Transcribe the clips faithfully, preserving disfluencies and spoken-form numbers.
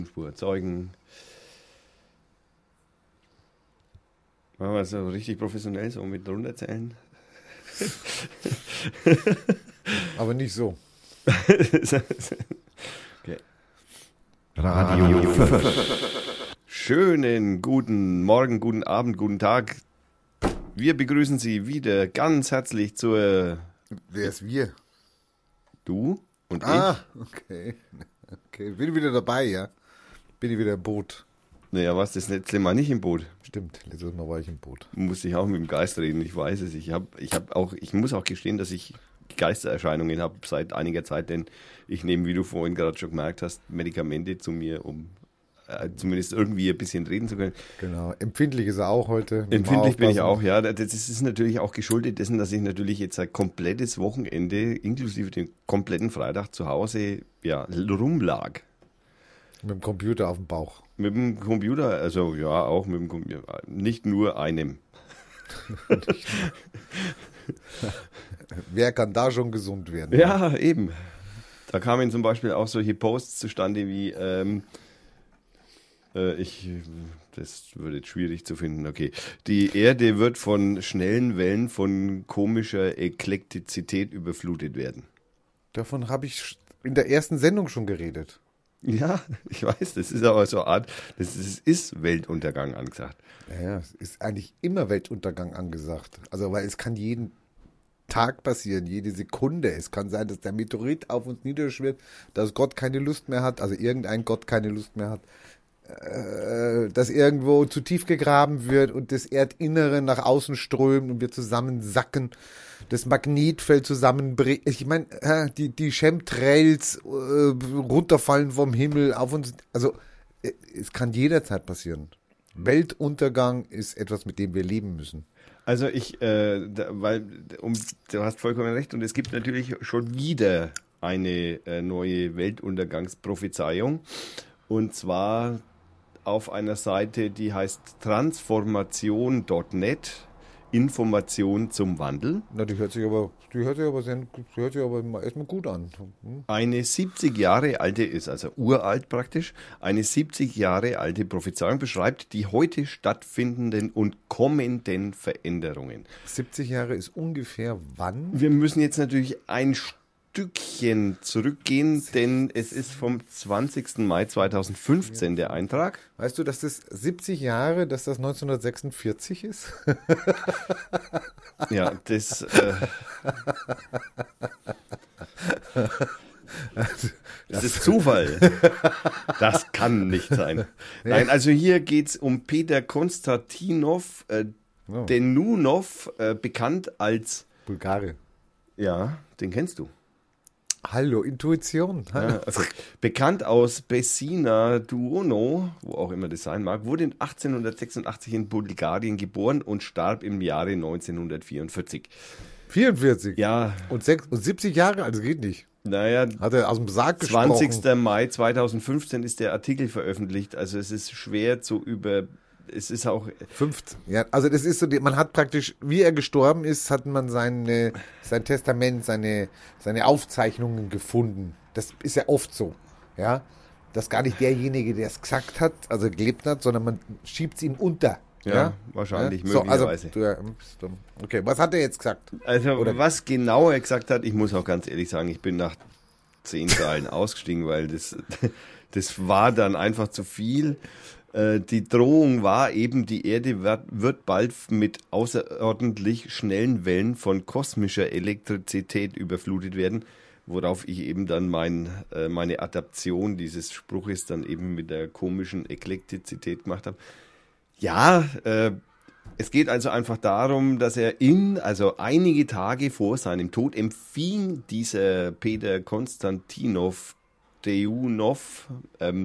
Spur erzeugen. Machen wir es so richtig professionell, so mit runterzählen. Aber nicht so. Okay. Radio fünf. Schönen guten Morgen, guten Abend, guten Tag. Wir begrüßen Sie wieder ganz herzlich zur... Wer ist wir? Du und ah, ich. Ah, okay. Okay, bin wieder dabei, ja. Bin ich wieder im Boot. Naja, was, das letzte Mal nicht im Boot? Stimmt, letztes Mal war ich im Boot. Musste ich auch mit dem Geist reden, ich weiß es. Ich habe ich hab auch, ich muss auch gestehen, dass ich Geistererscheinungen habe seit einiger Zeit, denn ich nehme, wie du vorhin gerade schon gemerkt hast, Medikamente zu mir, um äh, zumindest irgendwie ein bisschen reden zu können. Genau, empfindlich ist er auch heute. Empfindlich bin ich auch, ja. Das ist natürlich auch geschuldet dessen, dass ich natürlich jetzt ein komplettes Wochenende, inklusive den kompletten Freitag zu Hause, ja, rumlag. Mit dem Computer auf dem Bauch. Mit dem Computer, also ja, auch mit dem Computer, nicht nur einem. Wer kann da schon gesund werden? Ja, eben. Da kamen zum Beispiel auch solche Posts zustande wie, ähm, äh, ich, das wird jetzt schwierig zu finden, okay. Die Erde wird von schnellen Wellen von komischer Eklektizität überflutet werden. Davon habe ich in der ersten Sendung schon geredet. Ja, ich weiß, das ist aber so eine Art, das ist, ist Weltuntergang angesagt. Ja, es ist eigentlich immer Weltuntergang angesagt. Also, weil es kann jeden Tag passieren, jede Sekunde. Es kann sein, dass der Meteorit auf uns niederschwirrt, dass Gott keine Lust mehr hat, also irgendein Gott keine Lust mehr hat, äh, dass irgendwo zu tief gegraben wird und das Erdinnere nach außen strömt und wir zusammensacken. Das Magnetfeld zusammenbricht. Ich meine, die, die Chemtrails äh, runterfallen vom Himmel auf uns. Also, es kann jederzeit passieren. Weltuntergang ist etwas, mit dem wir leben müssen. Also ich, äh, da, weil, um, du hast vollkommen recht, und es gibt natürlich schon wieder eine äh, neue Weltuntergangsprophezeiung. Und zwar auf einer Seite, die heißt transformation punkt net. Information zum Wandel. Na, die hört sich aber, die hört sich aber, sehr, die hört sich aber erstmal gut an. Hm? Eine siebzig Jahre alte, ist also uralt praktisch, eine siebzig Jahre alte Prophezeiung beschreibt die heute stattfindenden und kommenden Veränderungen. siebzig Jahre ist ungefähr wann? Wir müssen jetzt natürlich ein Stückchen zurückgehen, denn es ist vom zwanzigsten Mai zweitausendfünfzehn der Eintrag. Weißt du, dass das siebzig Jahre, dass das neunzehnhundertsechsundvierzig ist? Ja, das... Äh, das ist Zufall. Das kann nicht sein. Nein, also hier geht es um Peter Konstantinov äh, oh. Denunov, äh, bekannt als... Bulgare. Ja, den kennst du. Hallo, Intuition. Hallo. Ja, also bekannt aus Bessina Duono, wo auch immer das sein mag, wurde achtzehnhundertsechsundachtzig in Bulgarien geboren und starb im Jahre neunzehnhundertvierundvierzig. vierundvierzig? Ja. Und, sechs, und siebzig Jahre? Also geht nicht. Naja, hat er aus dem Sarg gesprochen. zwanzigsten Mai zweitausendfünfzehn ist der Artikel veröffentlicht, also es ist schwer zu über... Es ist auch... Fünft. Ja, also das ist so, man hat praktisch, wie er gestorben ist, hat man seine, sein Testament, seine, seine Aufzeichnungen gefunden. Das ist ja oft so, ja. Dass gar nicht derjenige, der es gesagt hat, also gelebt hat, sondern man schiebt es ihm unter. Ja, ja? wahrscheinlich, ja? möglicherweise. So, also, okay, was hat er jetzt gesagt? Also Oder? Was genau er gesagt hat, ich muss auch ganz ehrlich sagen, ich bin nach zehn Zeilen ausgestiegen, weil das, das war dann einfach zu viel. Die Drohung war eben, die Erde wird, wird bald mit außerordentlich schnellen Wellen von kosmischer Elektrizität überflutet werden, worauf ich eben dann mein, meine Adaption dieses Spruches dann eben mit der komischen Eklektizität gemacht habe. Ja, äh, es geht also einfach darum, dass er in, also einige Tage vor seinem Tod empfing dieser Peter Konstantinov Deunov ähm,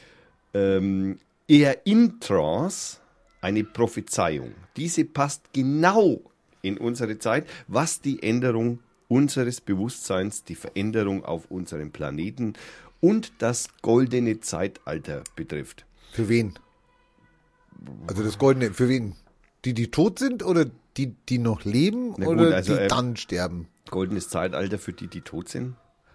ähm, eher in Trance eine Prophezeiung. Diese passt genau in unsere Zeit, was die Änderung unseres Bewusstseins, die Veränderung auf unserem Planeten und das goldene Zeitalter betrifft. Für wen? Also das goldene, für wen? Die, die tot sind oder die, die noch leben? Na gut, oder also, die äh, dann sterben? Goldenes Zeitalter für die, die tot sind?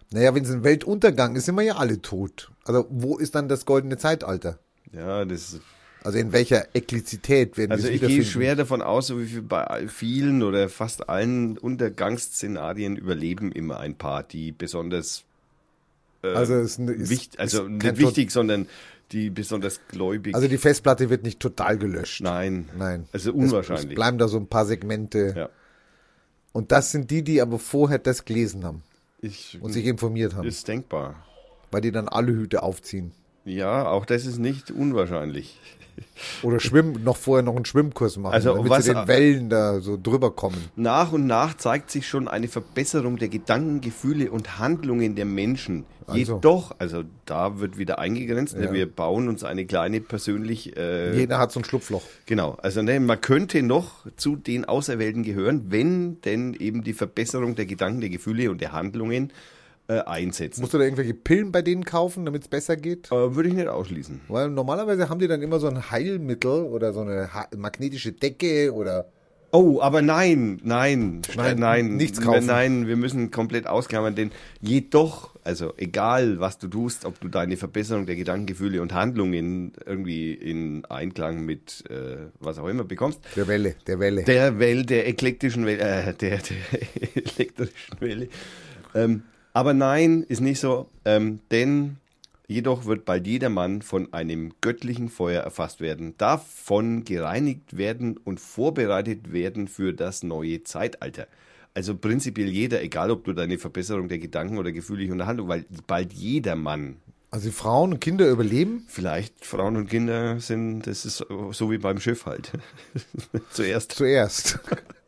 Naja, wenn es ein Weltuntergang ist, sind wir ja alle tot. Also wo ist dann das goldene Zeitalter? Ja, das Also in welcher Eklizität werden Also wir ich gehe schwer davon aus, so wie bei vielen oder fast allen Untergangsszenarien überleben immer ein paar, die besonders äh, Also es ist, wichtig, also ist nicht wichtig, sondern die besonders gläubig. Also die Festplatte wird nicht total gelöscht. Nein, Nein. also unwahrscheinlich. Es, es bleiben da so ein paar Segmente. Ja. Und das sind die, die aber vorher das gelesen haben Ich, und sich informiert haben. Ist denkbar. Weil die dann alle Hüte aufziehen. Ja, auch das ist nicht unwahrscheinlich. Oder schwimmen, noch vorher noch einen Schwimmkurs machen, Also, damit was- sie den Wellen da so drüber kommen. Nach und nach zeigt sich schon eine Verbesserung der Gedanken, Gefühle und Handlungen der Menschen. Also. Jedoch, also da wird wieder eingegrenzt, ne, Ja. wir bauen uns eine kleine persönlich... Äh, Jeder hat so ein Schlupfloch. Genau, also ne, man könnte noch zu den Auserwählten gehören, wenn denn eben die Verbesserung der Gedanken, der Gefühle und der Handlungen äh, einsetzen. Musst du da irgendwelche Pillen bei denen kaufen, damit es besser geht? Äh, würde ich nicht ausschließen. Weil normalerweise haben die dann immer so ein Heilmittel oder so eine ha- magnetische Decke oder... Oh, aber nein, nein, Nein, äh, nein, nichts kaufen. Nein, wir müssen komplett ausklammern, denn jedoch, also egal was du tust, ob du deine Verbesserung der Gedanken, Gefühle und Handlungen irgendwie in Einklang mit äh, was auch immer bekommst, Der Welle, der Welle. der Welle, der eklektischen Welle, äh, der, der elektrischen Welle. Ähm, aber nein, ist nicht so, ähm, denn jedoch wird bald jedermann von einem göttlichen Feuer erfasst werden, davon gereinigt werden und vorbereitet werden für das neue Zeitalter. Also prinzipiell jeder, egal ob du deine Verbesserung der Gedanken oder Gefühle und Handlung, weil bald jedermann, Also die Frauen und Kinder überleben? vielleicht Frauen und Kinder sind, das ist so, so wie beim Schiff halt. Zuerst. Zuerst.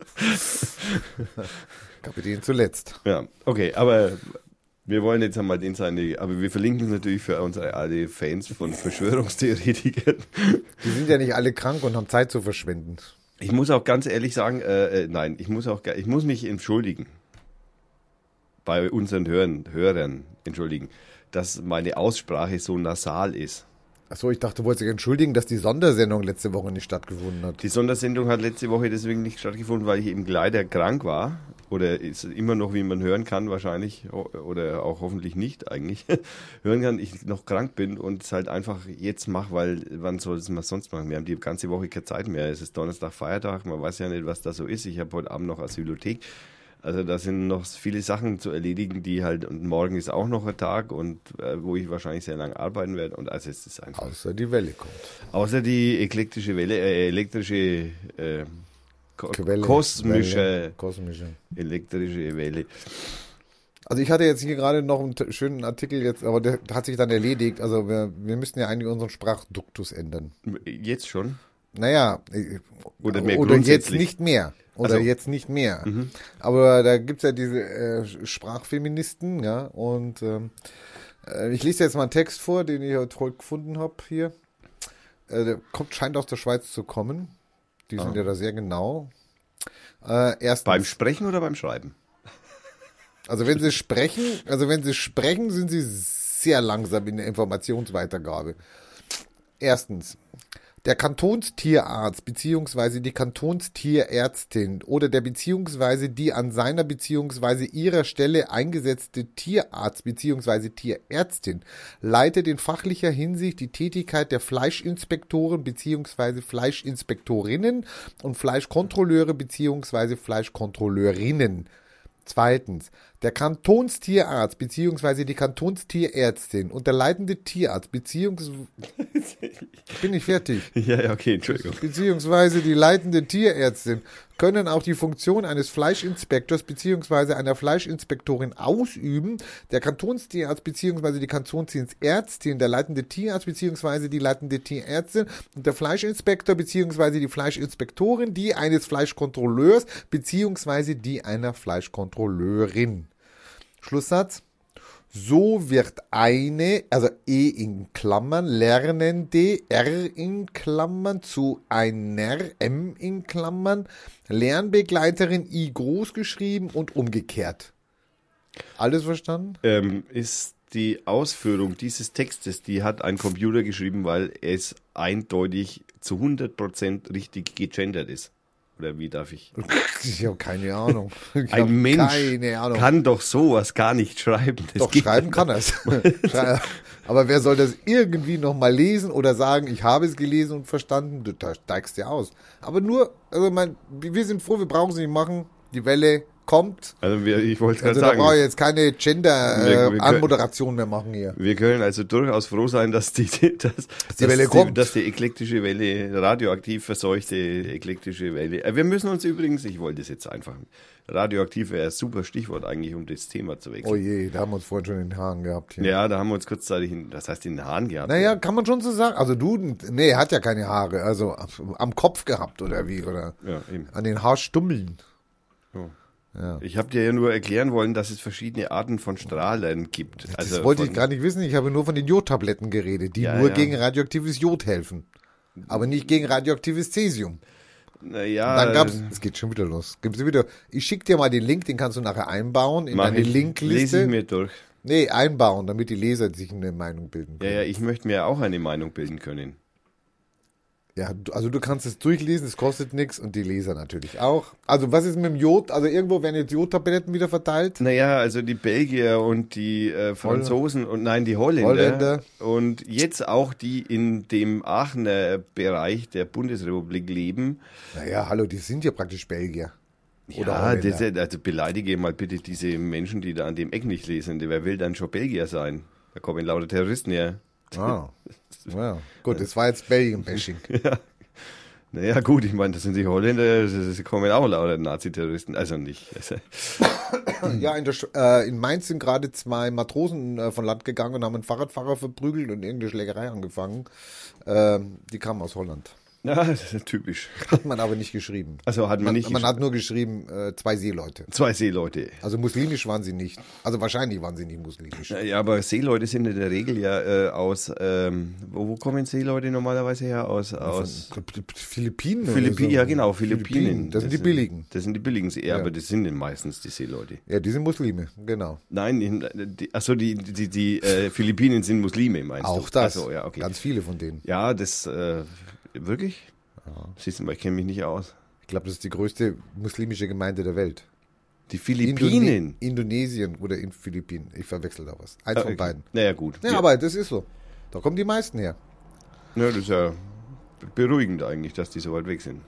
Kapitän zuletzt. Ja, okay, aber wir wollen jetzt einmal den seine, aber wir verlinken es natürlich für unsere alle Fans von Verschwörungstheoretikern. Die sind ja nicht alle krank und haben Zeit zu verschwenden. Ich muss auch ganz ehrlich sagen, äh, äh, nein, ich muss auch, ich muss mich entschuldigen. Bei unseren Hörern, Hörern entschuldigen, dass meine Aussprache so nasal ist. Achso, ich dachte, du wolltest dich entschuldigen, dass die Sondersendung letzte Woche nicht stattgefunden hat. Die Sondersendung hat letzte Woche deswegen nicht stattgefunden, weil ich eben leider krank war. Oder ist immer noch, wie man hören kann, wahrscheinlich, oder auch hoffentlich nicht eigentlich, hören kann, ich noch krank bin und es halt einfach jetzt mache, weil wann soll es man sonst machen? Wir haben die ganze Woche keine Zeit mehr. Es ist Donnerstag, Feiertag, man weiß ja nicht, was da so ist. Ich habe heute Abend noch Asylothek. Also da sind noch viele Sachen zu erledigen, die halt, und morgen ist auch noch ein Tag und äh, wo ich wahrscheinlich sehr lange arbeiten werde. Und also es ist einfach. Außer die Welle kommt. Außer die eklektische Welle, äh, elektrische, äh, ko Quelle, kosmische, Welle, kosmische. elektrische Welle. Also ich hatte jetzt hier gerade noch einen t- schönen Artikel jetzt, aber der hat sich dann erledigt. Also wir, wir müssen ja eigentlich unseren Sprachduktus ändern. Jetzt schon? Naja, äh, Oder mehr oder jetzt grundsätzlich? nicht mehr. Oder Also- jetzt nicht mehr. Aber da gibt's ja diese äh, Sprachfeministen, ja, und ähm, äh, ich lese jetzt mal einen Text vor, den ich heute heute gefunden habe hier. Äh, der kommt, scheint aus der Schweiz zu kommen. Die sind Ah. ja da sehr genau. Äh, erstens, Beim Sprechen oder beim Schreiben? also wenn sie sprechen, also wenn sie sprechen, sind sie sehr langsam in der Informationsweitergabe. Erstens, der Kantonstierarzt beziehungsweise die Kantonstierärztin oder der beziehungsweise die an seiner beziehungsweise ihrer Stelle eingesetzte Tierarzt beziehungsweise Tierärztin leitet in fachlicher Hinsicht die Tätigkeit der Fleischinspektoren beziehungsweise Fleischinspektorinnen und Fleischkontrolleure beziehungsweise Fleischkontrolleurinnen. Zweitens, der Kantonstierarzt bzw. die Kantonstierärztin und der leitende Tierarzt bzw. bin ich fertig. Ja, ja, okay, Entschuldigung. Beziehungsweise die leitende Tierärztin können auch die Funktion eines Fleischinspektors bzw. einer Fleischinspektorin ausüben. Der Kantonstierarzt bzw. die Kantonstierärztin, der leitende Tierarzt bzw. die leitende Tierärztin und der Fleischinspektor bzw. die Fleischinspektorin, die eines Fleischkontrolleurs bzw. die einer Fleischkontrolleurin. Schlusssatz. So wird eine, also E in Klammern, Lernende, R in Klammern, zu einer, M in Klammern, Lernbegleiterin I groß geschrieben und umgekehrt. Alles verstanden? Ähm, ist die Ausführung dieses Textes, die hat ein Computer geschrieben, weil es eindeutig zu hundert Prozent richtig gegendert ist. Oder wie darf ich? Ich habe keine Ahnung. Ich Ein hab Mensch keine Ahnung. kann doch sowas gar nicht schreiben. Das Doch, geht schreiben nicht. kann er es. Aber wer soll das irgendwie nochmal lesen oder sagen, ich habe es gelesen und verstanden? Du, da steigst du aus. Aber nur, also mein, wir sind froh, wir brauchen es nicht machen. Die Welle kommt. Also wir, ich wollte gerade Also da sagen, brauche ich jetzt keine Wir- wir können- Gender-Anmoderation mehr machen hier. wir können also durchaus froh sein, dass die, dass, dass die Welle kommt. dass die eklektische Welle, radioaktiv verseuchte eklektische Welle. Äh, Wir müssen uns übrigens, ich wollte es jetzt einfach, radioaktiv wäre ein super Stichwort eigentlich, um das Thema zu wechseln. Oh je, da haben wir uns vorhin schon in den Haaren gehabt hier. Ja, da haben wir uns kurzzeitig, in, das heißt in den Haaren gehabt. Naja, kann man schon so sagen. Also du, nee, er hat ja keine Haare. Also am Kopf gehabt oder wie? Oder Ja, eben. an den Haarstummeln. Ja. Ja. Ich habe dir ja nur erklären wollen, dass es verschiedene Arten von Strahlern gibt. Das Also wollte von, ich gar nicht wissen. Ich habe nur von den Jodtabletten geredet, die Ja, nur ja. gegen radioaktives Jod helfen. Aber nicht gegen radioaktives Cäsium. Naja, Dann gab's, es geht schon wieder los. Gibt's wieder. Ich schick dir mal den Link, den kannst du nachher einbauen in mach deine ich, lese Linkliste. ich mir durch. Nee, einbauen, damit die Leser sich eine Meinung bilden Ja, können. ja, ich möchte mir auch eine Meinung bilden können. Ja, du- also du kannst es durchlesen, es kostet nichts und die Leser natürlich auch. Also was ist mit dem Jod? Also irgendwo werden jetzt Jodtabletten wieder verteilt. Naja, also die Belgier und die äh, Franzosen und nein, die Holländer, Holländer. und jetzt auch die in dem Aachener Bereich der Bundesrepublik leben. Naja, hallo, die sind ja praktisch Belgier. Oder Ja, Holländer. das, also beleidige mal bitte diese Menschen, die da an dem Eck nicht lesen. Wer will dann schon Belgier sein? Da kommen lauter Terroristen her. Ah. Ja, gut, das war jetzt Belgien-Bashing. Naja, gut, ich meine, das sind die Holländer, das, das kommen auch lauter Nazi-Terroristen. Also nicht. Also, Ja, in, der, Sch- äh, in Mainz sind gerade zwei Matrosen äh, von Land gegangen und haben einen Fahrradfahrer verprügelt und irgendeine Schlägerei angefangen. Ähm, die kamen aus Holland. ja, das ist typisch. Hat man aber nicht geschrieben. Also hat man, Man, nicht man gesch- hat nur geschrieben, äh, zwei Seeleute. zwei Seeleute. Also muslimisch waren sie nicht. Also wahrscheinlich waren sie nicht muslimisch. Ja, aber Seeleute sind in der Regel ja äh, aus, ähm, wo, wo kommen Seeleute normalerweise her? Aus, aus Von Philippinen. oder Philippinen, so. ja genau, Philippinen. Das sind die billigen. Das sind die billigen See, Ja. aber das sind denn meistens die Seeleute. Ja, die sind Muslime, genau. Nein, in, die, achso, die, die, die äh, Philippinen sind Muslime, meinst du? Auch das. Ach so, ja, okay. Ganz viele von denen. Ja, das, äh, wirklich? Siehst du mal, ich kenne mich nicht aus. Ich glaube, das ist die größte muslimische Gemeinde der Welt. Die Philippinen? Indone- Indonesien oder in Philippinen. Ich verwechsel da was. Eins Ah, von okay. beiden. Naja, gut. Ja, aber das ist so. Da kommen die meisten her. Ja, das ist ja beruhigend eigentlich, dass die so weit weg sind.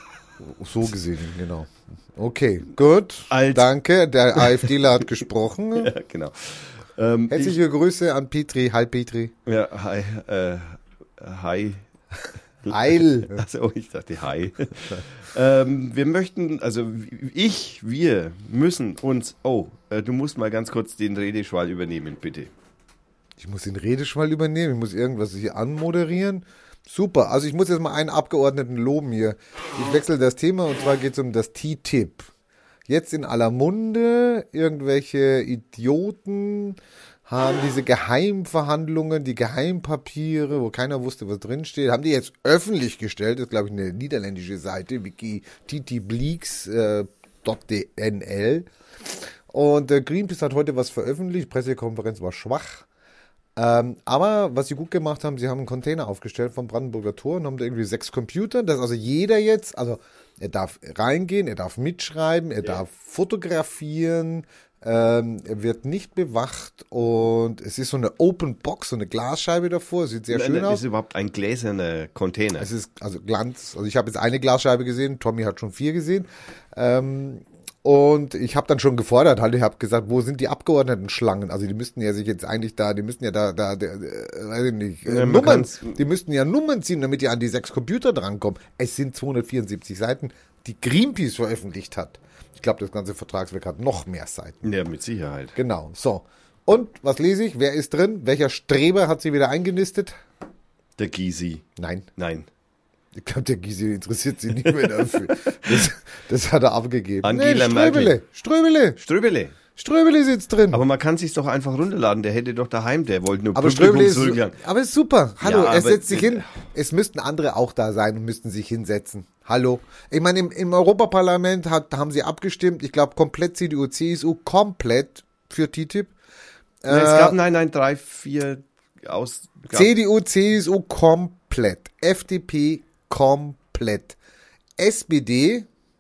So gesehen, genau. Okay, gut. Als- Danke. Der AfDler hat gesprochen. Ja, genau. Ähm, Herzliche Grüße an Petri. Hi, Petri. ich, ja, hi, äh, hi. Heil. Also ich dachte hi. ähm, wir möchten, also ich, wir müssen uns, oh, äh, du musst mal ganz kurz den Redeschwall übernehmen, bitte. Ich muss den Redeschwall übernehmen. Ich muss irgendwas hier anmoderieren. Super. Also ich muss jetzt mal einen Abgeordneten loben hier. Ich wechsle das Thema und zwar geht es um das T T I P. Jetzt in aller Munde, irgendwelche Idioten haben diese Geheimverhandlungen, die Geheimpapiere, wo keiner wusste, was drinsteht, haben die jetzt öffentlich gestellt. Das ist, glaube ich, eine niederländische Seite, wiki t t bleaks punkt d n l. Und äh, Greenpeace hat heute was veröffentlicht. Pressekonferenz war schwach. Ähm, aber was sie gut gemacht haben, sie haben einen Container aufgestellt vom Brandenburger Tor und haben da irgendwie sechs Computer, dass also jeder jetzt, also er darf reingehen, er darf mitschreiben, er darf fotografieren, ähm, er wird nicht bewacht und es ist so eine Open Box, so eine Glasscheibe davor, sieht sehr Nein, schön nein, aus. ist überhaupt ein gläserner Container. Es ist also Glanz, also ich habe jetzt eine Glasscheibe gesehen, Tommy hat schon vier gesehen. Ähm, Und ich habe dann schon gefordert, halt, ich habe gesagt, wo sind die Abgeordnetenschlangen? Also die müssten ja sich jetzt eigentlich da, die müssten ja da, da, da äh, weiß ich nicht, äh, Ja, man Nummern, kann's- die müssten ja Nummern ziehen, damit die an die sechs Computer drankommen. Es sind zweihundertvierundsiebzig Seiten, die Greenpeace veröffentlicht hat. Ich glaube, das ganze Vertragswerk hat noch mehr Seiten. Ja, mit Sicherheit. Genau, so. Und, was lese ich? Wer ist drin? Welcher Streber hat sie wieder eingenistet? Der Gysi. Nein. Nein. Ich glaube, der Gysi interessiert sich nicht mehr dafür. Das, das hat er abgegeben. Angela nee, Merkel. Ströbele, Ströbele, Ströbele. Ströbele sitzt drin. Aber man kann sich doch einfach runterladen. Der hätte doch daheim, der wollte nur Aber Ströbele ist, Publikumsrückgang. aber ist super. Hallo, Ja, er aber- setzt sich hin. Es müssten andere auch da sein und müssten sich hinsetzen. Hallo. Ich meine, im, im Europaparlament hat, haben sie abgestimmt. Ich glaube, komplett C D U, C S U, komplett für T T I P. Nein, es gab, nein, nein, drei, vier aus. Gab, C D U, C S U komplett. F D P komplett. S P D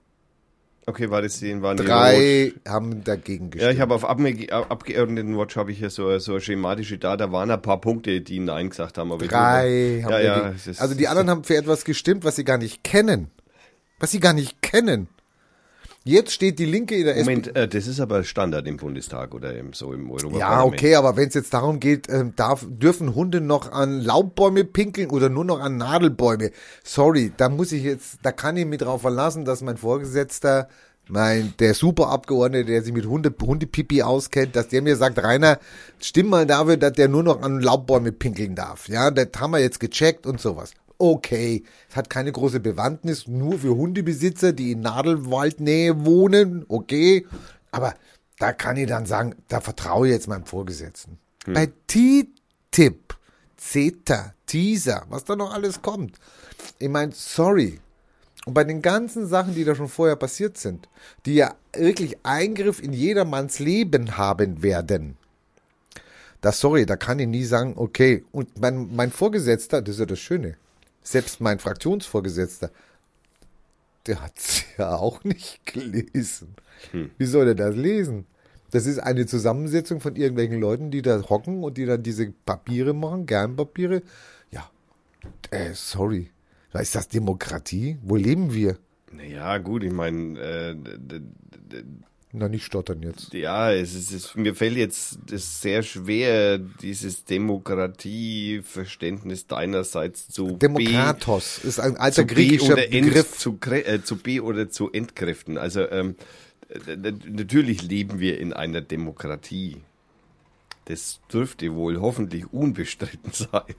Okay, war das den waren Drei die haben dagegen gestimmt. Ja, ich habe auf Abge Abgeordnetenwatch habe ich ja so, so eine schematische da, da waren ein paar Punkte, die Nein gesagt haben. Aber Drei ich, haben ja, ja, dagegen. es ist, Also die anderen haben für etwas gestimmt, was sie gar nicht kennen. Was sie gar nicht kennen. Jetzt steht die Linke in der Moment, S P D. äh, das ist aber Standard im Bundestag oder im, so im Europaparlament. Ja, okay, aber wenn es jetzt darum geht, ähm, darf, dürfen Hunde noch an Laubbäume pinkeln oder nur noch an Nadelbäume? Sorry, da muss ich jetzt, da kann ich mich drauf verlassen, dass mein Vorgesetzter, mein, der Superabgeordnete, der sich mit Hunde, Hundepipi auskennt, dass der mir sagt, Rainer, stimm mal dafür, dass der nur noch an Laubbäume pinkeln darf. Ja, das haben wir jetzt gecheckt und sowas. Okay, es hat keine große Bewandtnis, nur für Hundebesitzer, die in Nadelwaldnähe wohnen, okay, aber da kann ich dann sagen, da vertraue ich jetzt meinem Vorgesetzten. Hm. Bei T T I P, CETA, Teaser, was da noch alles kommt, ich meine, sorry, und bei den ganzen Sachen, die da schon vorher passiert sind, die ja wirklich Eingriff in jedermanns Leben haben werden, das, sorry, da kann ich nie sagen, okay, und mein, mein Vorgesetzter, das ist ja das Schöne, selbst mein Fraktionsvorgesetzter, der hat es ja auch nicht gelesen. Hm. Wie soll er das lesen? Das ist eine Zusammensetzung von irgendwelchen Leuten, die da hocken und die dann diese Papiere machen, Gernpapiere. Ja, äh, sorry. Ist das Demokratie? Wo leben wir? Naja, gut, ich meine, äh, Na, nicht stottern jetzt. Ja, es ist, es, mir fällt jetzt das sehr schwer, dieses Demokratieverständnis deinerseits zu Demokratos B, ist ein alter zu griechischer B oder Ent, Begriff. Zu, äh, zu B oder zu entkräften. Also ähm, natürlich leben wir in einer Demokratie. Das dürfte wohl hoffentlich unbestritten sein.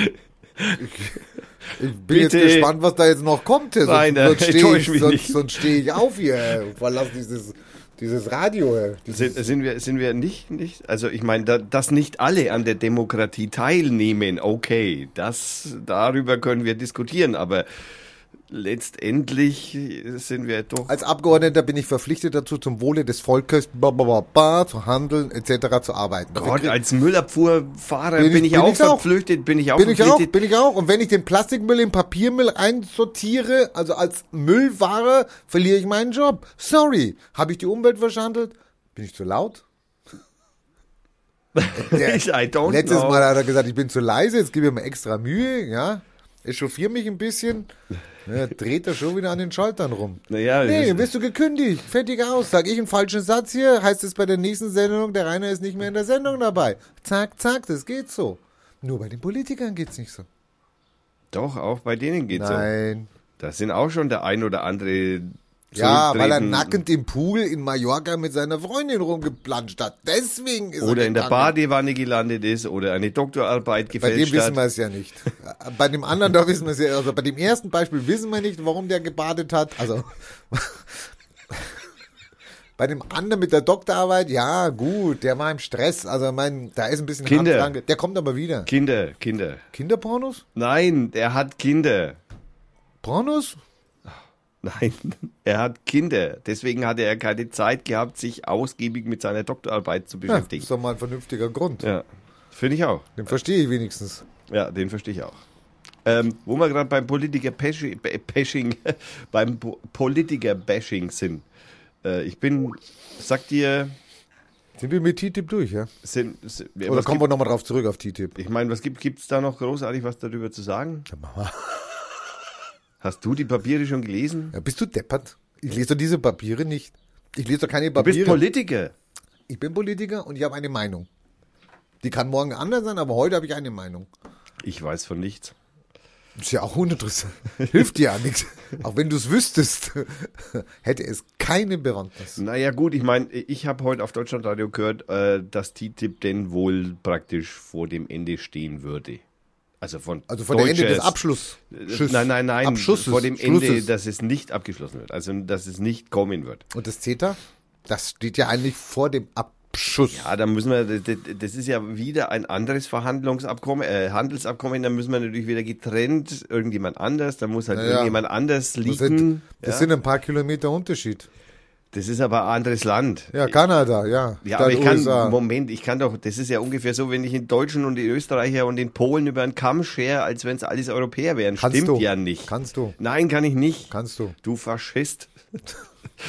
Ich bin Bitte. jetzt gespannt, was da jetzt noch kommt. Sonst, Nein, sonst stehe ich, sonst, sonst steh ich auf hier und verlasse dieses, dieses Radio. Dieses sind, sind, wir, sind wir nicht, nicht, also ich meine, da, dass nicht alle an der Demokratie teilnehmen, okay, das, darüber können wir diskutieren, aber letztendlich sind wir doch... Als Abgeordneter bin ich verpflichtet dazu, zum Wohle des Volkes blablabla, zu handeln et cetera zu arbeiten. Gott, als Müllabfuhrfahrer bin, bin ich, bin auch verpflichtet, bin ich auch bin verpflichtet. Ich auch, bin ich auch. Und wenn ich den Plastikmüll in Papiermüll einsortiere, also als Müllfahrer, verliere ich meinen Job. Sorry, habe ich die Umwelt verschandelt? Bin ich zu laut? Der, I don't letztes know. Mal hat er gesagt, ich bin zu leise, jetzt gebe ich mir extra Mühe, ja. Echauffiere mich ein bisschen, ja, dreht er schon wieder an den Schaltern rum. Naja, nee, bist du gekündigt, fertig aus. Sag ich einen falschen Satz hier, heißt es bei der nächsten Sendung, der Rainer ist nicht mehr in der Sendung dabei. Zack, zack, das geht so. Nur bei den Politikern geht's nicht so. Doch, auch bei denen geht's so. Nein. Da sind auch schon der ein oder andere... Ja, weil er nackend im Pool in Mallorca mit seiner Freundin rumgeplanscht hat. Deswegen ist oder er in der Badewanne gelandet ist oder eine Doktorarbeit gefälscht hat. Bei dem wissen wir es ja nicht. Bei dem anderen, da wissen wir es ja. Also bei dem ersten Beispiel wissen wir nicht, warum der gebadet hat. Also bei dem anderen mit der Doktorarbeit, ja gut, der war im Stress. Also mein, da ist ein bisschen Kinder. hart dran. Der kommt aber wieder. Kinder, Kinder. Kinderpornos? Nein, der hat Kinder. Pornos? Nein, er hat Kinder. Deswegen hatte er keine Zeit gehabt, sich ausgiebig mit seiner Doktorarbeit zu beschäftigen. Ja, ist doch mal ein vernünftiger Grund. Ja, finde ich auch. Den verstehe ich wenigstens. Ja, den verstehe ich auch. Ähm, wo wir gerade beim Politiker-Bashing, beim Politiker-Bashing sind. Äh, ich bin, sag dir... Sind wir mit T T I P durch, ja? Sind, sind, Oder kommen gibt, wir nochmal drauf zurück auf T T I P? Ich meine, was gibt es da noch großartig was darüber zu sagen? Ja, Mama. Hast du die Papiere schon gelesen? Ja, bist du deppert? Ich lese doch diese Papiere nicht. Ich lese doch keine Papiere. Du bist Politiker. Ich bin Politiker und ich habe eine Meinung. Die kann morgen anders sein, aber heute habe ich eine Meinung. Ich weiß von nichts. Ist ja auch uninteressant. Hilft dir ja nichts. Auch wenn du es wüsstest, hätte es keine Bewandtnis. Naja gut, ich meine, ich habe heute auf Deutschlandradio gehört, dass T T I P denn wohl praktisch vor dem Ende stehen würde. Also von also vor dem Ende des Abschlusses. Nein, nein, nein. Abschusses, vor dem Schlusses. Ende, dass es nicht abgeschlossen wird. Also, dass es nicht kommen wird. Und das CETA? Das steht ja eigentlich vor dem Abschuss. Ja, da müssen wir, das ist ja wieder ein anderes Verhandlungsabkommen, äh, Handelsabkommen, da müssen wir natürlich wieder getrennt, irgendjemand anders, da muss halt naja. irgendjemand anders liegen. Das, sind, das ja. sind ein paar Kilometer Unterschied. Das ist aber ein anderes Land. Ja, Kanada, ja. Ja, aber ich kann, U S A. Moment, ich kann doch, das ist ja ungefähr so, wenn ich den Deutschen und den Österreicher und den Polen über einen Kamm schere, als wenn es alles Europäer wären. Kannst Stimmt du. ja nicht. Kannst du. Nein, kann ich nicht. Kannst du. Du Faschist.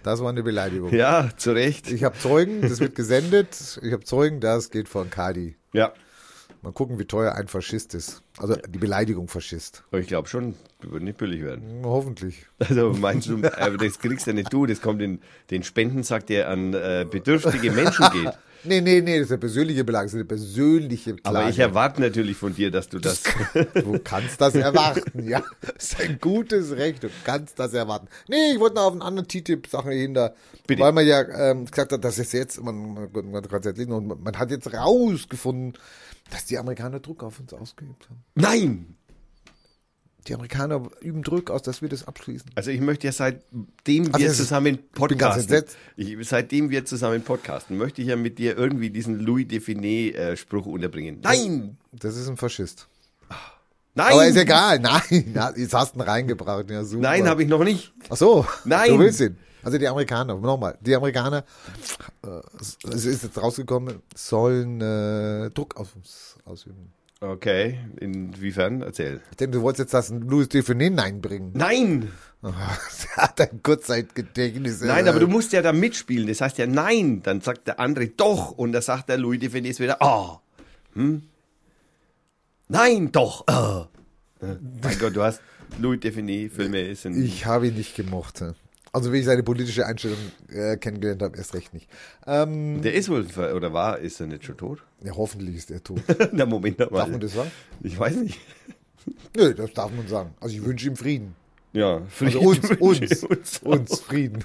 Das war eine Beleidigung. Ja, zu Recht. Ich habe Zeugen, das wird gesendet. Ich habe Zeugen, das geht von Kadi. Ja. Mal gucken, wie teuer ein Faschist ist. Also die Beleidigung Faschist. Aber ich glaube schon, wird nicht billig werden. Hoffentlich. Also meinst du, aber das kriegst ja nicht du, das kommt in den Spendensack, der an äh, bedürftige Menschen geht. Nee, nee, nee, das ist eine persönliche Beleidigung, das ist eine persönliche Klage. Aber ich erwarte natürlich von dir, dass du das... Du kannst das erwarten, ja. Das ist ein gutes Recht, du kannst das erwarten. Nee, ich wollte noch auf einen anderen T T I P-Sache hinter, Bitte. weil man ja ähm, gesagt hat, dass es jetzt, man, man, man kann es jetzt lesen, und man hat jetzt rausgefunden, dass die Amerikaner Druck auf uns ausgeübt haben. Nein! Die Amerikaner üben Druck aus, dass wir das abschließen. Also ich möchte ja seitdem wir Also es ist- zusammen ich bin ganz podcasten, entsetzt. ich, seitdem wir zusammen podcasten, möchte ich ja mit dir irgendwie diesen Louis Define-Spruch unterbringen. Nein! Das ist ein Faschist. Nein! Aber ist egal, nein, na, jetzt hast du ihn reingebracht, ja super. Nein, habe ich noch nicht. Ach so, Nein. du willst ihn. Also die Amerikaner, nochmal, die Amerikaner, äh, es ist jetzt rausgekommen, sollen äh, Druck auf uns ausüben. Okay, inwiefern? Erzähl. Ich denke, du wolltest jetzt das Louis Define einbringen. Nein! Der hat ein Kurzzeitgedächtnis. Nein, aber du musst ja da mitspielen. Das heißt ja nein, dann sagt der andere doch und dann sagt der Louis Define wieder ah. Hm? Nein, doch. Ah. Mein Gott, du hast Louis Define Filme sind Ich habe ihn nicht gemocht. Also wie ich seine politische Einstellung äh, kennengelernt habe, erst recht nicht. Ähm, Der ist wohl ver- oder war ist er nicht schon tot? ja, hoffentlich ist er tot. Na Moment mal. Darf man das sagen? Ich weiß nicht. Nö, das darf man sagen. Also ich wünsche ihm Frieden. Ja, Also uns, wünsche uns, ich uns Frieden.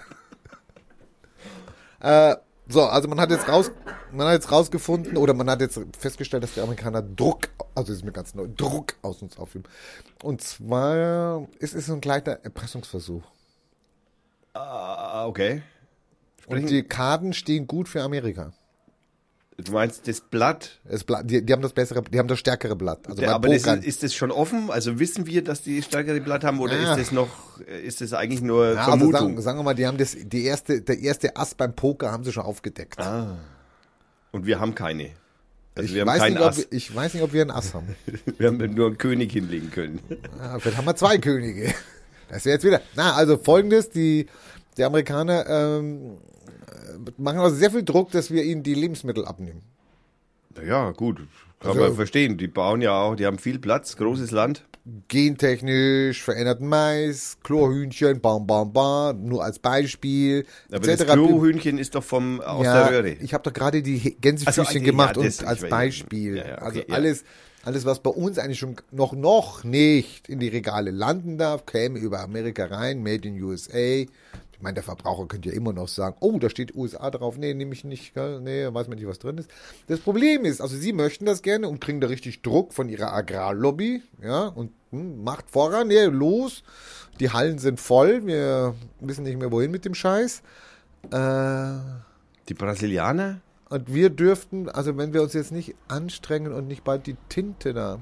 äh, so, also man hat jetzt raus, man hat jetzt rausgefunden oder man hat jetzt festgestellt, dass die Amerikaner Druck, also das ist mir ganz neu, Druck aus uns aufüben. Und zwar ist es so ein kleiner Erpressungsversuch. Ah, okay. Und die Karten stehen gut für Amerika. Du meinst das Blatt? Das Blatt, die, die haben das bessere, die haben das stärkere Blatt. Also Der, beim aber das Pokern- ist, ist das schon offen? Also wissen wir, dass die stärkere Blatt haben oder Ja. ist das noch, ist das eigentlich nur ja, also Vermutung? sagen, sagen wir mal, die haben das, die erste, der erste Ass beim Poker haben sie schon aufgedeckt. Ah. Und wir haben keine. Also ich, wir haben weiß keinen nicht, ob, Ass. wir- ich weiß nicht, ob wir einen Ass haben. Wir haben nur einen König hinlegen können. Ja, vielleicht haben wir zwei Könige. Das wäre jetzt wieder. Na, also folgendes, die, die Amerikaner ähm, machen also sehr viel Druck, dass wir ihnen die Lebensmittel abnehmen. Naja, gut. Kann Also- man verstehen. Die bauen ja auch, die haben viel Platz, großes Land. Gentechnisch, veränderten Mais, Chlorhühnchen, bam, bam, bam, nur als Beispiel. Aber et das cetera. Klohühnchen ist doch vom, aus ja, der Röhre. Ich habe doch gerade die He- Gänsefüßchen Ach so, ja, gemacht das- und als ich weiß, Beispiel. ja, ja, okay, also ja. alles, alles, was bei uns eigentlich schon noch, noch nicht in die Regale landen darf, käme über Amerika rein, made in U S A. Ich meine, der Verbraucher könnte ja immer noch sagen, oh, da steht U S A drauf. Nee, nehme ich nicht, gell? Nee, weiß man nicht, was drin ist. Das Problem ist, also sie möchten das gerne und kriegen da richtig Druck von ihrer Agrarlobby, ja, und hm, macht voran, nee, los. Die Hallen sind voll, wir wissen nicht mehr, wohin mit dem Scheiß. Äh, Die Brasilianer? und wir dürften, also wenn wir uns jetzt nicht anstrengen und nicht bald die Tinte da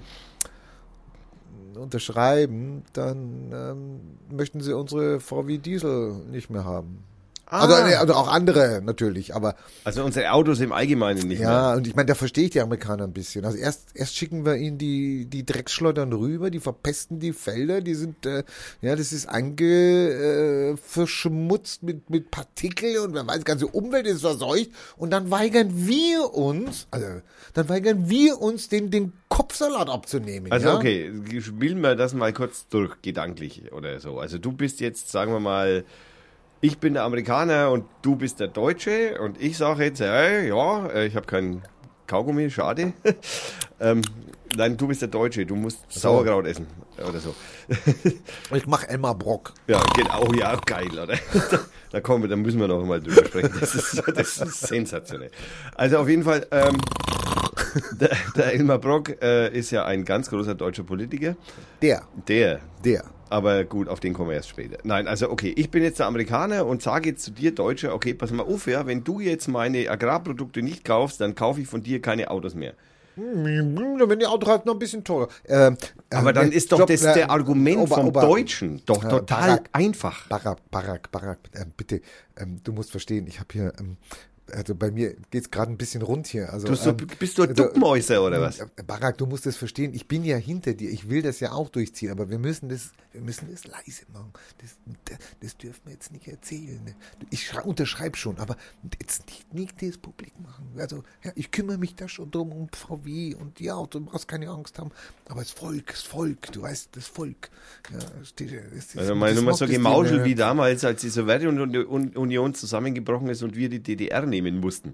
unterschreiben, dann ähm, möchten sie unsere V W Diesel nicht mehr haben. Ah. Also, nee, also auch andere natürlich, aber Also unsere Autos im Allgemeinen nicht mehr. ja, und ich meine, da verstehe ich die Amerikaner ein bisschen. Also erst, erst schicken wir ihnen die, die Drecksschleudern rüber, die verpesten die Felder, die sind, äh, ja, das ist ange, äh, verschmutzt mit, mit Partikeln und man weiß, die ganze Umwelt ist verseucht und dann weigern wir uns, also, dann weigern wir uns, den, den Kopfsalat abzunehmen. Also ja? okay, spielen wir das mal kurz durch, gedanklich oder so. Also du bist jetzt, sagen wir mal, ich bin der Amerikaner und du bist der Deutsche und ich sage jetzt, hey, ja, äh, ich habe keinen Kaugummi, schade. ähm, nein, du bist der Deutsche, du musst Sauerkraut essen oder so. Ich mache Elmar Brock. Ja, genau, ja, geil, oder? Da, da kommen wir, da müssen wir noch mal drüber sprechen. Das ist, das ist sensationell. Also auf jeden Fall, ähm, der, der Elmar Brock äh, ist ja ein ganz großer deutscher Politiker. Der, Der, der. aber gut, auf den kommen wir erst später. Nein, also okay, ich bin jetzt der Amerikaner und sage jetzt zu dir, Deutscher, okay, pass mal auf, ja, wenn du jetzt meine Agrarprodukte nicht kaufst, dann kaufe ich von dir keine Autos mehr. Dann werden die Autos halt noch ein bisschen teurer. Ähm, Aber dann äh, ist doch stopp, das äh, der Argument Ober- vom Ober- Deutschen doch Äh, total Barack. einfach. Barack, Barack, Barack, ähm, bitte, ähm, du musst verstehen, ich habe hier, ähm, also bei mir geht es gerade ein bisschen rund hier. Also, Du, so, ähm, bist du ein Duckmäuser oder was? äh, Barak, du musst das verstehen. Ich bin ja hinter dir. Ich will das ja auch durchziehen, aber wir müssen das, wir müssen das leise machen. Das, das, das dürfen wir jetzt nicht erzählen. Ne? Ich schrei- unterschreibe schon, aber jetzt nicht, nicht das publik machen. Also, ja, ich kümmere mich da schon drum um V W und ja, du brauchst keine Angst haben. Aber das Volk, das Volk, du weißt, das Volk. Ja, steht, das, das, Also meine das Nummer so macht es Gemauschel dir, wie damals, als die Sowjetunion zusammengebrochen ist und wir die D D R nehmen mussten.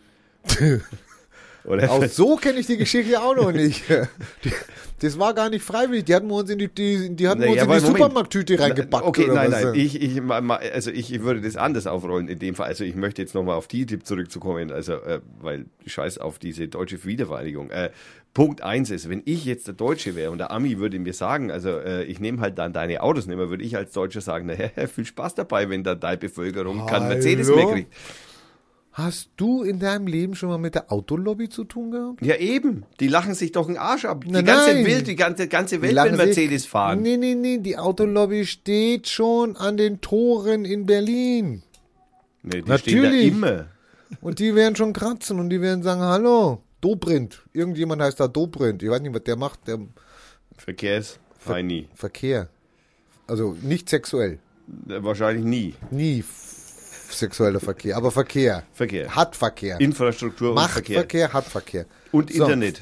Oder? Auch so kenne ich die Geschichte auch noch nicht. Die, das war gar nicht freiwillig. Die hatten wir uns in die, die, die, hatten wir Naja, uns in die aber Moment. Supermarkttüte reingepackt. Okay, oder nein, was? nein. Ich, ich, ma- ma- also ich, ich würde das anders aufrollen in dem Fall. Also ich möchte jetzt nochmal auf die Tipp zurückzukommen, also äh, weil scheiß auf diese deutsche Wiedervereinigung. Äh, Punkt eins ist, wenn ich jetzt der Deutsche wäre und der Ami würde mir sagen, also äh, ich nehme halt dann deine Autos nicht mehr, würde ich als Deutscher sagen, naja, viel Spaß dabei, wenn da deine Bevölkerung kein Hallo? Mercedes mehr kriegt. Hast du in deinem Leben schon mal mit der Autolobby zu tun gehabt? Ja eben, die lachen sich doch den Arsch ab. Die Nein, ganze nein. Welt, die ganze, ganze Die Welt lachen will sich- Mercedes fahren. Nee, nee, nee, die Autolobby steht schon an den Toren in Berlin. Nee, die Natürlich. stehen da immer. Und die werden schon kratzen und die werden sagen, hallo, Dobrindt. Irgendjemand heißt da Dobrindt. Ich weiß nicht, was der macht. Der Verkehrsfeini. Verkehr. Also nicht sexuell. Wahrscheinlich nie. Nie f- sexueller Verkehr, aber Verkehr. Verkehr. Hat Verkehr. Infrastruktur und Macht Verkehr. Verkehr, hat Verkehr. Und So. Internet.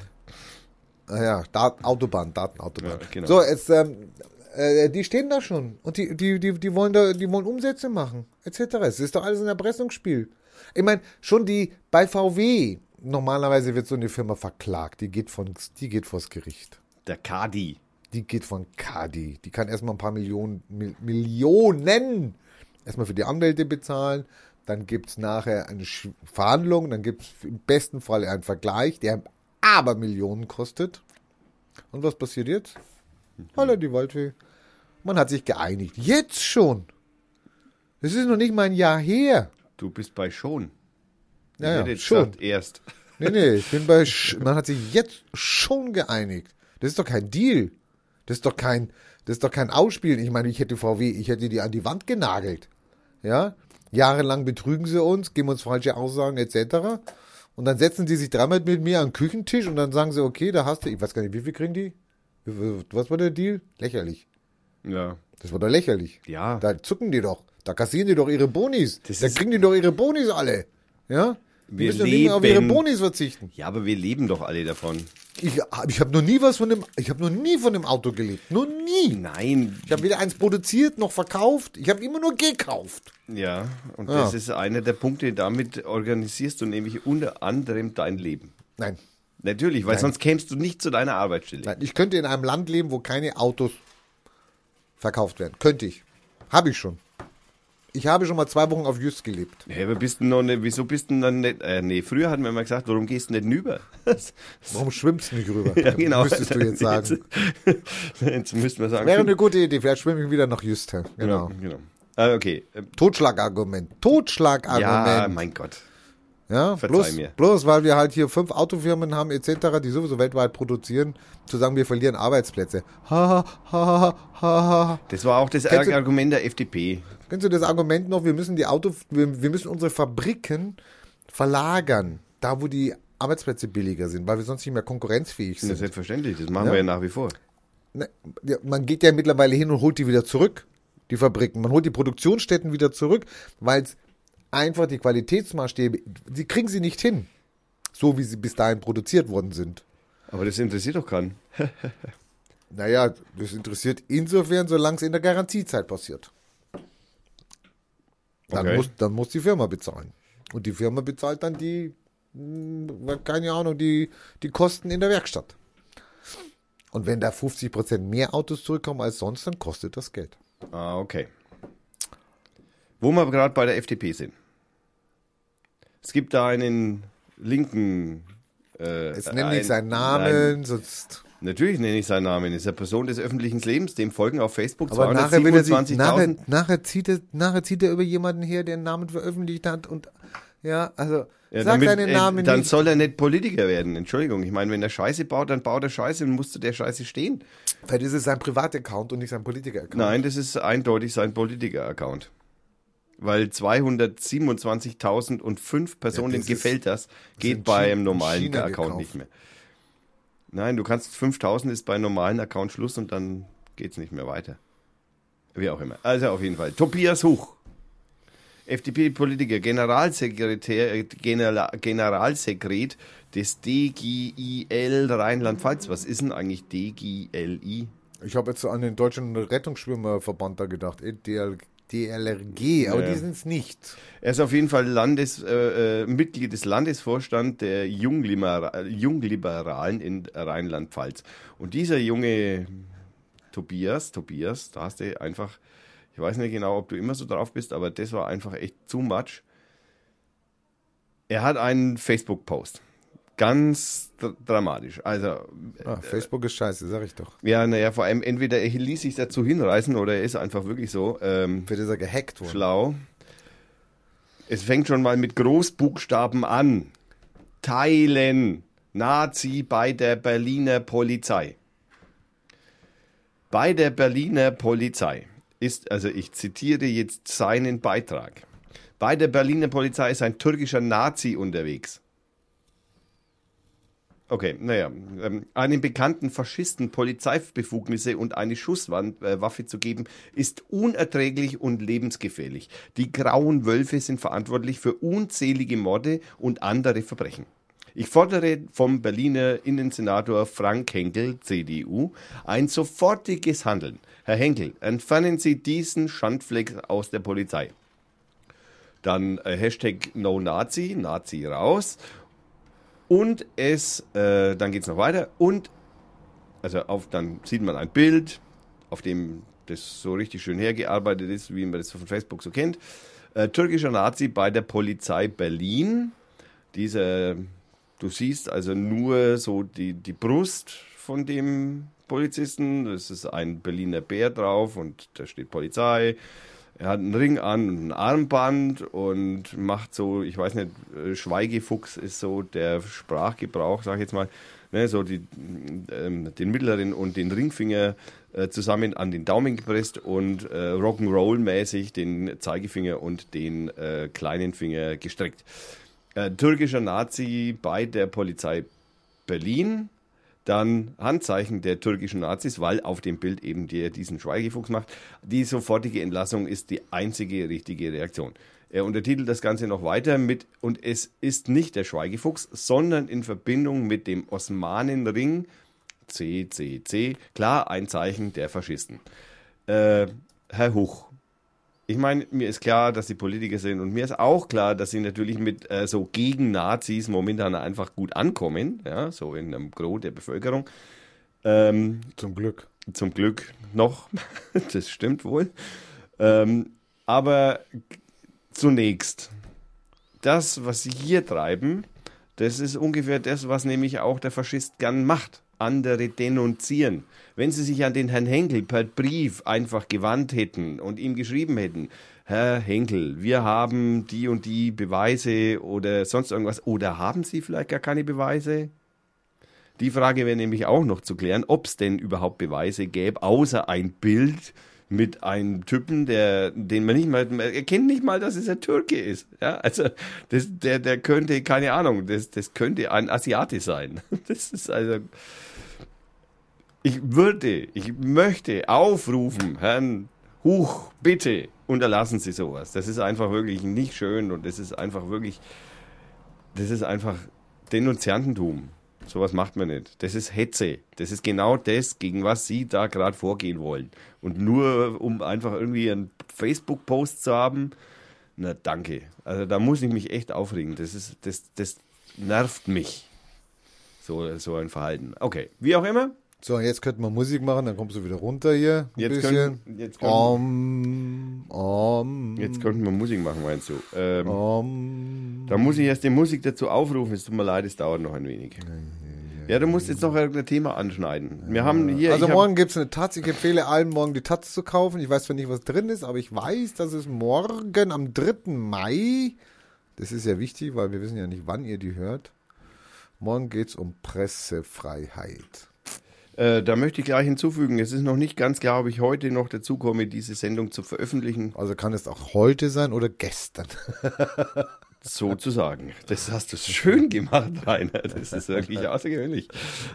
Ah ja, Dat Autobahn, Datenautobahn. Ja, genau. So, jetzt, ähm, äh, die stehen da schon und die, die, die, die wollen da, die wollen Umsätze machen, et cetera. Es ist doch alles ein Erpressungsspiel. Ich meine, schon die bei V W, normalerweise wird so eine Firma verklagt, die geht von, die geht vors Gericht. Der Kadi. Die geht von Kadi. Die kann erstmal ein paar Millionen, Mil Millionen erstmal für die Anwälte bezahlen. Dann gibt es nachher eine Sch- Verhandlung. Dann gibt es im besten Fall einen Vergleich, der aber Millionen kostet. Und was passiert jetzt? Holla die Waldfee. Man hat sich geeinigt. Jetzt schon. Es ist noch nicht mal ein Jahr her. Du bist bei schon. Ich Ja, hätte ja, jetzt schon. gesagt, erst. Nee, nee, ich bin bei. Sch Man hat sich jetzt schon geeinigt. Das ist doch kein Deal. Das ist doch kein, das ist doch kein Ausspielen. Ich meine, ich hätte V W, ich hätte die an die Wand genagelt. Ja? Jahrelang betrügen sie uns, geben uns falsche Aussagen et cetera. Und dann setzen sie sich dreimal mit mir an den Küchentisch und dann sagen sie, okay, da hast du, ich weiß gar nicht, wie viel kriegen die? Was war der Deal? Lächerlich. Ja. Das war doch lächerlich. Ja. Da zucken die doch. Da kassieren die doch ihre Bonis. Das Da ist- kriegen die doch ihre Bonis alle. Ja? Die Wir müssen doch nicht mehr auf ihre leben- Bonis verzichten. Ja, aber wir leben doch alle davon. Ich, ich habe noch nie was von dem, ich habe noch nie von dem Auto gelebt. Noch nie. Nein. Ich habe weder eins produziert noch verkauft. Ich habe immer nur gekauft. Ja, und Ja. das ist einer der Punkte, damit organisierst du nämlich unter anderem dein Leben. Nein. Natürlich, weil Nein. sonst kämst du nicht zu deiner Arbeitsstelle. Nein. Ich könnte in einem Land leben, wo keine Autos verkauft werden. Könnte ich. Habe ich schon. Ich habe schon mal zwei Wochen auf Just gelebt. Hey, aber bist du noch nicht, wieso bist du dann nicht, äh, nee, früher hatten wir mal gesagt, warum gehst du nicht rüber? Warum schwimmst du nicht rüber? Ja, genau. Müsstest du jetzt sagen. Jetzt, jetzt müssten wir sagen. Wäre eine gute Idee. Vielleicht schwimme ich wieder nach Just. Genau. Genau, genau. Ah, okay. Ähm, Totschlagargument. Totschlagargument. Ja, mein Gott. Ja, Verzeih bloß, mir. bloß weil wir halt hier fünf Autofirmen haben et cetera, die sowieso weltweit produzieren, zu sagen, wir verlieren Arbeitsplätze. Ha, ha, ha, ha, ha. Das war auch das Kennst du- Argument der F D P. Kennst du das Argument noch, wir müssen die Auto, wir, wir müssen unsere Fabriken verlagern, da wo die Arbeitsplätze billiger sind, weil wir sonst nicht mehr konkurrenzfähig Das ist sind. selbstverständlich, das machen Ja. wir ja nach wie vor. Ne, ja, man geht ja mittlerweile hin und holt die wieder zurück, die Fabriken. Man holt die Produktionsstätten wieder zurück, weil es einfach die Qualitätsmaßstäbe, die kriegen sie nicht hin, so wie sie bis dahin produziert worden sind. Aber das interessiert doch keinen. Naja, das interessiert insofern, solange es in der Garantiezeit passiert. Dann, Okay. muss, dann muss die Firma bezahlen. Und die Firma bezahlt dann die, mh, keine Ahnung, die, die Kosten in der Werkstatt. Und wenn da fünfzig Prozent mehr Autos zurückkommen als sonst, dann kostet das Geld. Ah, okay. Wo wir gerade bei der F D P sind. Es gibt da einen linken. Äh, Jetzt nenne ein- ich seinen Nein, Namen, sonst. natürlich nenne ich seinen Namen. Ist eine Person des öffentlichen Lebens, dem folgen auf Facebook Aber nachher, will er sich, nachher, zweihundertsiebenundzwanzigtausend. nachher, zieht er, nachher zieht er über jemanden her, der einen Namen veröffentlicht hat. Und ja, also Ja, sag damit, deinen Namen äh, dann nicht. soll er nicht Politiker werden. Entschuldigung. Ich meine, wenn er Scheiße baut, dann baut er Scheiße und muss zu der Scheiße stehen. Vielleicht ist es sein Privataccount und nicht sein Politiker-Account. Nein, das ist eindeutig sein Politiker-Account. Weil zweihundertsiebenundzwanzigtausendfünf Personen Ja, das gefällt ist- das, das geht in bei Chi- einem in normalen China Account gekauft. nicht mehr. Nein, du kannst fünftausend ist bei einem normalen Account Schluss und dann geht's nicht mehr weiter. Wie auch immer. Also auf jeden Fall. Tobias Huch, F D P-Politiker, Generalsekretär, äh, General, Generalsekret des D G I L Rheinland-Pfalz. Was ist denn eigentlich D G I L? Ich habe jetzt an den Deutschen Rettungsschwimmerverband da gedacht, eh, D L D L R G, aber Ja. die sind es nicht. Er ist auf jeden Fall Landes, äh, äh, Mitglied des Landesvorstands der Jungliber Jungliberalen in Rheinland-Pfalz. Und dieser junge Tobias, Tobias, da hast du einfach, ich weiß nicht genau, ob du immer so drauf bist, aber das war einfach echt too much. Er hat einen Facebook-Post. Ganz dr- dramatisch. Also, Ah, Facebook ist scheiße, sag ich doch. ja, naja, vor allem entweder er ließ sich dazu hinreißen oder er ist einfach wirklich so ähm, Wird er gehackt worden? schlau. Es fängt schon mal mit Großbuchstaben an. Teilen. Nazi bei der Berliner Polizei. Bei der Berliner Polizei ist, also ich zitiere jetzt seinen Beitrag. Bei der Berliner Polizei ist ein türkischer Nazi unterwegs. Okay, naja, ähm, einem bekannten Faschisten Polizeibefugnisse und eine Schusswaffe zu geben, ist unerträglich und lebensgefährlich. Die grauen Wölfe sind verantwortlich für unzählige Morde und andere Verbrechen. Ich fordere vom Berliner Innensenator Frank Henkel, C D U, ein sofortiges Handeln. Herr Henkel, entfernen Sie diesen Schandfleck aus der Polizei. Dann äh, Hashtag No Nazi, Nazi raus. Und es, äh, dann geht es noch weiter. Und, also auf, dann sieht man ein Bild, auf dem das so richtig schön hergearbeitet ist, wie man das von Facebook so kennt. Äh, türkischer Nazi bei der Polizei Berlin. Dieser, du siehst also nur so die, die Brust von dem Polizisten. Das ist ein Berliner Bär drauf und da steht Polizei. Er hat einen Ring an und ein Armband und macht so, ich weiß nicht, äh, Schweigefuchs ist so der Sprachgebrauch, sag ich jetzt mal, ne, so die, ähm, den mittleren und den Ringfinger äh, zusammen an den Daumen gepresst und äh, Rock'n'Roll-mäßig den Zeigefinger und den äh, kleinen Finger gestreckt. Äh, türkischer Nazi bei der Polizei Berlin. Dann Handzeichen der türkischen Nazis, weil auf dem Bild eben der diesen Schweigefuchs macht. Die sofortige Entlassung ist die einzige richtige Reaktion. Er untertitelt das Ganze noch weiter mit, und es ist nicht der Schweigefuchs, sondern in Verbindung mit dem Osmanenring, C C C, klar ein Zeichen der Faschisten. Äh, Herr Huch, ich meine, mir ist klar, dass Sie Politiker sind und mir ist auch klar, dass Sie natürlich mit äh, so gegen Nazis momentan einfach gut ankommen, ja, so in einem Gros der Bevölkerung. Ähm, Zum Glück. zum Glück noch, das stimmt wohl. Ähm, aber zunächst, das, was Sie hier treiben, das ist ungefähr das, was nämlich auch der Faschist gern macht. Andere denunzieren. Wenn Sie sich an den Herrn Henkel per Brief einfach gewandt hätten und ihm geschrieben hätten, Herr Henkel, wir haben die und die Beweise oder sonst irgendwas, oder haben Sie vielleicht gar keine Beweise? Die Frage wäre nämlich auch noch zu klären, ob es denn überhaupt Beweise gäbe, außer ein Bild mit einem Typen, der, den man nicht mal, man erkennt nicht mal, dass es ein Türke ist. Ja, also das, der, der könnte, keine Ahnung, das, das könnte ein Asiate sein. Das ist also. Ich würde, ich möchte aufrufen, Herrn Huch, bitte unterlassen Sie sowas. Das ist einfach wirklich nicht schön und das ist einfach wirklich, das ist einfach Denunziantentum. Sowas macht man nicht. Das ist Hetze. Das ist genau das, gegen was Sie da gerade vorgehen wollen. Und nur um einfach irgendwie einen Facebook-Post zu haben, na danke. Also da muss ich mich echt aufregen. Das ist, das, das nervt mich. So, so ein Verhalten. Okay, wie auch immer. So, jetzt könnten wir Musik machen, dann kommst du wieder runter hier. Ein Jetzt bisschen. können, jetzt, können, Om, om, jetzt könnten wir Musik machen, meinst du? Ähm, om. Da muss ich erst die Musik dazu aufrufen. Es tut mir leid, es dauert noch ein wenig. Ja, du musst jetzt noch irgendein Thema anschneiden. Wir haben hier. Also ich hab- morgen gibt es eine Taz. Ich empfehle allen morgen die Taz zu kaufen. Ich weiß zwar nicht, was drin ist, aber ich weiß, dass es morgen am dritten Mai, das ist ja wichtig, weil wir wissen ja nicht, wann ihr die hört. Morgen geht es um Pressefreiheit. Äh, da möchte ich gleich hinzufügen, es ist noch nicht ganz klar, ob ich heute noch dazu komme, diese Sendung zu veröffentlichen. Also kann es auch heute sein oder gestern. Sozusagen. Das hast du schön gemacht, Rainer. Das ist wirklich außergewöhnlich.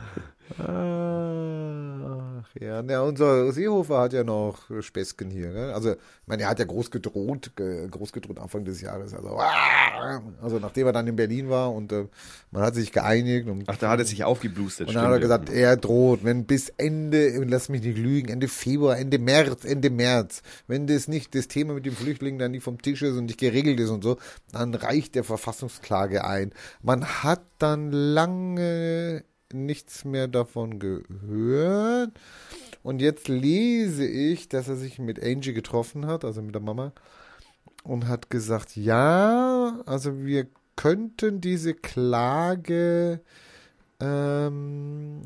Ach, ja, ne, unser Seehofer hat ja noch Späßchen hier. Gell? Also, ich meine, er hat ja groß gedroht, ge- groß gedroht Anfang des Jahres. Also, ah, also nachdem er dann in Berlin war und äh, man hat sich geeinigt. Und, Ach, da hat er sich aufgeblustert. und dann hat er gesagt, er droht, wenn bis Ende, lass mich nicht lügen, Ende Februar, Ende März, Ende März, wenn das nicht, das Thema mit den Flüchtlingen dann nicht vom Tisch ist und nicht geregelt ist und so, dann reicht der Verfassungsklage ein. Man hat dann lange nichts mehr davon gehört. Und jetzt lese ich, dass er sich mit Angie getroffen hat, also mit der Mama, und hat gesagt, ja, also wir könnten diese Klage ähm,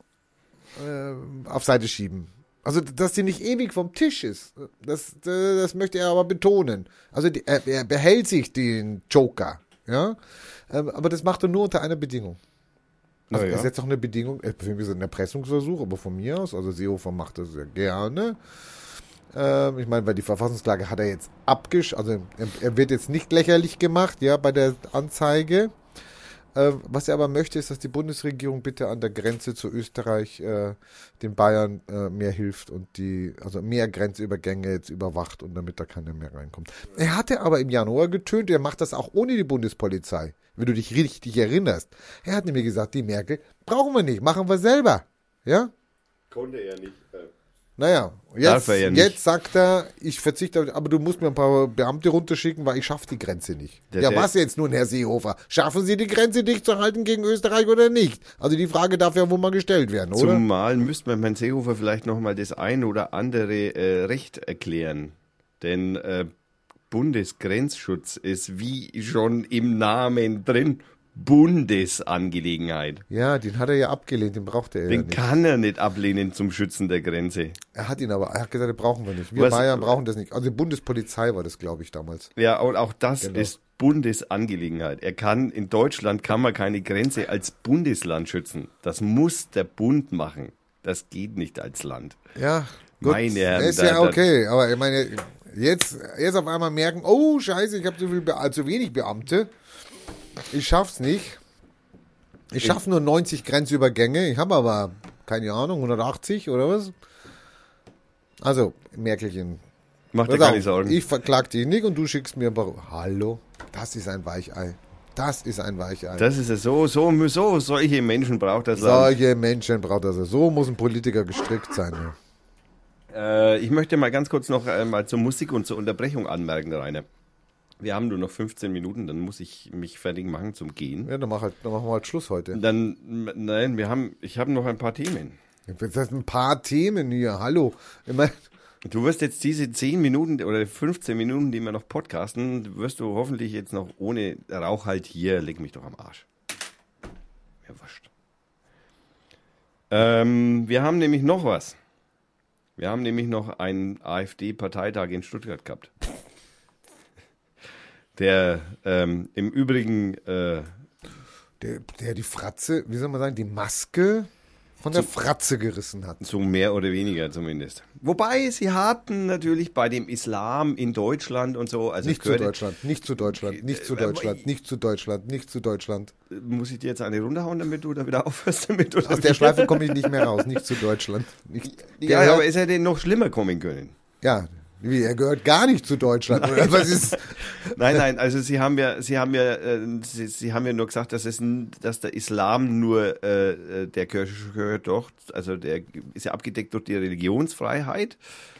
äh, auf Seite schieben. Also, dass die nicht ewig vom Tisch ist, das, das möchte er aber betonen. Also, die, er, er behält sich den Joker, ja, aber das macht er nur unter einer Bedingung. Also ja. Das ist jetzt auch eine Bedingung, für mich ist es ein Erpressungsversuch, aber von mir aus, also Seehofer macht das sehr gerne. Ähm, ich meine, weil die Verfassungsklage hat er jetzt abgesch... Also er, er wird jetzt nicht lächerlich gemacht, ja, bei der Anzeige. Äh, was er aber möchte, ist, dass die Bundesregierung bitte an der Grenze zu Österreich äh, den Bayern äh, mehr hilft und die, also mehr Grenzübergänge jetzt überwacht und damit da keiner mehr reinkommt. Er hatte aber im Januar getönt, er macht das auch ohne die Bundespolizei, wenn du dich richtig erinnerst. Er hat nämlich gesagt, die Merkel brauchen wir nicht, machen wir selber. Ja? Konnte er nicht. Äh. Naja, Darf jetzt, er ja nicht. jetzt sagt er, ich verzichte, aber du musst mir ein paar Beamte runterschicken, weil ich schaffe die Grenze nicht. Der, ja, der, was jetzt nun, Herr Seehofer? Schaffen Sie die Grenze dicht zu halten gegen Österreich oder nicht? Also die Frage darf ja wohl mal gestellt werden, oder? Zumal müsste man Herrn Seehofer vielleicht nochmal das ein oder andere äh, Recht erklären. Denn äh, Bundesgrenzschutz ist wie schon im Namen drin Bundesangelegenheit. Ja, den hat er ja abgelehnt, den brauchte er Den ja nicht. kann er nicht ablehnen zum Schützen der Grenze. Er hat ihn aber, er hat gesagt, den brauchen wir nicht. Wir Was- Bayern brauchen das nicht. Also die Bundespolizei war das, glaube ich, damals. Ja, und auch das Genau. ist Bundesangelegenheit. Er kann, in Deutschland kann man keine Grenze als Bundesland schützen. Das muss der Bund machen. Das geht nicht als Land. Ja, gut, Meine Herren, ist da- ja da- okay, aber ich meine, jetzt, jetzt auf einmal merken, oh scheiße, ich habe so viel, Be zu wenig Beamte. Ich schaff's nicht. Ich schaffe nur neunzig Grenzübergänge. Ich habe aber, keine Ahnung, hundertachtzig oder was? Also, Merkelchen. Mach dir pass keine auf, Sorgen. Ich verklag dich nicht und du schickst mir ein paar... Hallo? Das ist ein Weichei. Das ist ein Weichei. Das ist es so, so, so, solche Menschen braucht das Land. Solche Menschen braucht er. So muss ein Politiker gestrickt sein. Ja. Äh, ich möchte mal ganz kurz noch äh, mal zur Musik und zur Unterbrechung anmerken, Rainer. Wir haben nur noch fünfzehn Minuten, dann muss ich mich fertig machen zum Gehen. Ja, dann, mach halt, dann machen wir halt Schluss heute. Dann, m- nein, wir haben, ich habe noch ein paar Themen. Jetzt hast du ein paar Themen hier. Hallo. Ich mein, Du wirst jetzt diese zehn Minuten oder fünfzehn Minuten, die wir noch podcasten, wirst du hoffentlich jetzt noch ohne Rauch halt hier, leg mich doch am Arsch. Ja, wurscht. Ähm, wir haben nämlich noch was. Wir haben nämlich noch einen AfD-Parteitag in Stuttgart gehabt. Der ähm, im Übrigen äh, der, der die Fratze, wie soll man sagen, die Maske von der Fratze gerissen hat. so mehr oder weniger zumindest. Wobei sie hatten natürlich bei dem Islam in Deutschland und so, also Nicht zu gehörte- Deutschland, nicht zu Deutschland, nicht zu Äh, Deutschland, nicht zu Deutschland, nicht zu Deutschland. Muss ich dir jetzt eine runterhauen, damit du da wieder aufhörst damit? Oder Aus der wie? Schleife komme ich nicht mehr raus, nicht zu Deutschland. Nicht, Ja, gehört- aber es hätte noch schlimmer kommen können. ja, wie, er gehört gar nicht zu Deutschland. Oder was ist, Nein, nein, also sie haben ja, sie haben ja, äh, sie, sie haben ja nur gesagt, dass es, n- dass der Islam nur, äh, äh, der gehört, gehört doch, also der ist ja abgedeckt durch die Religionsfreiheit.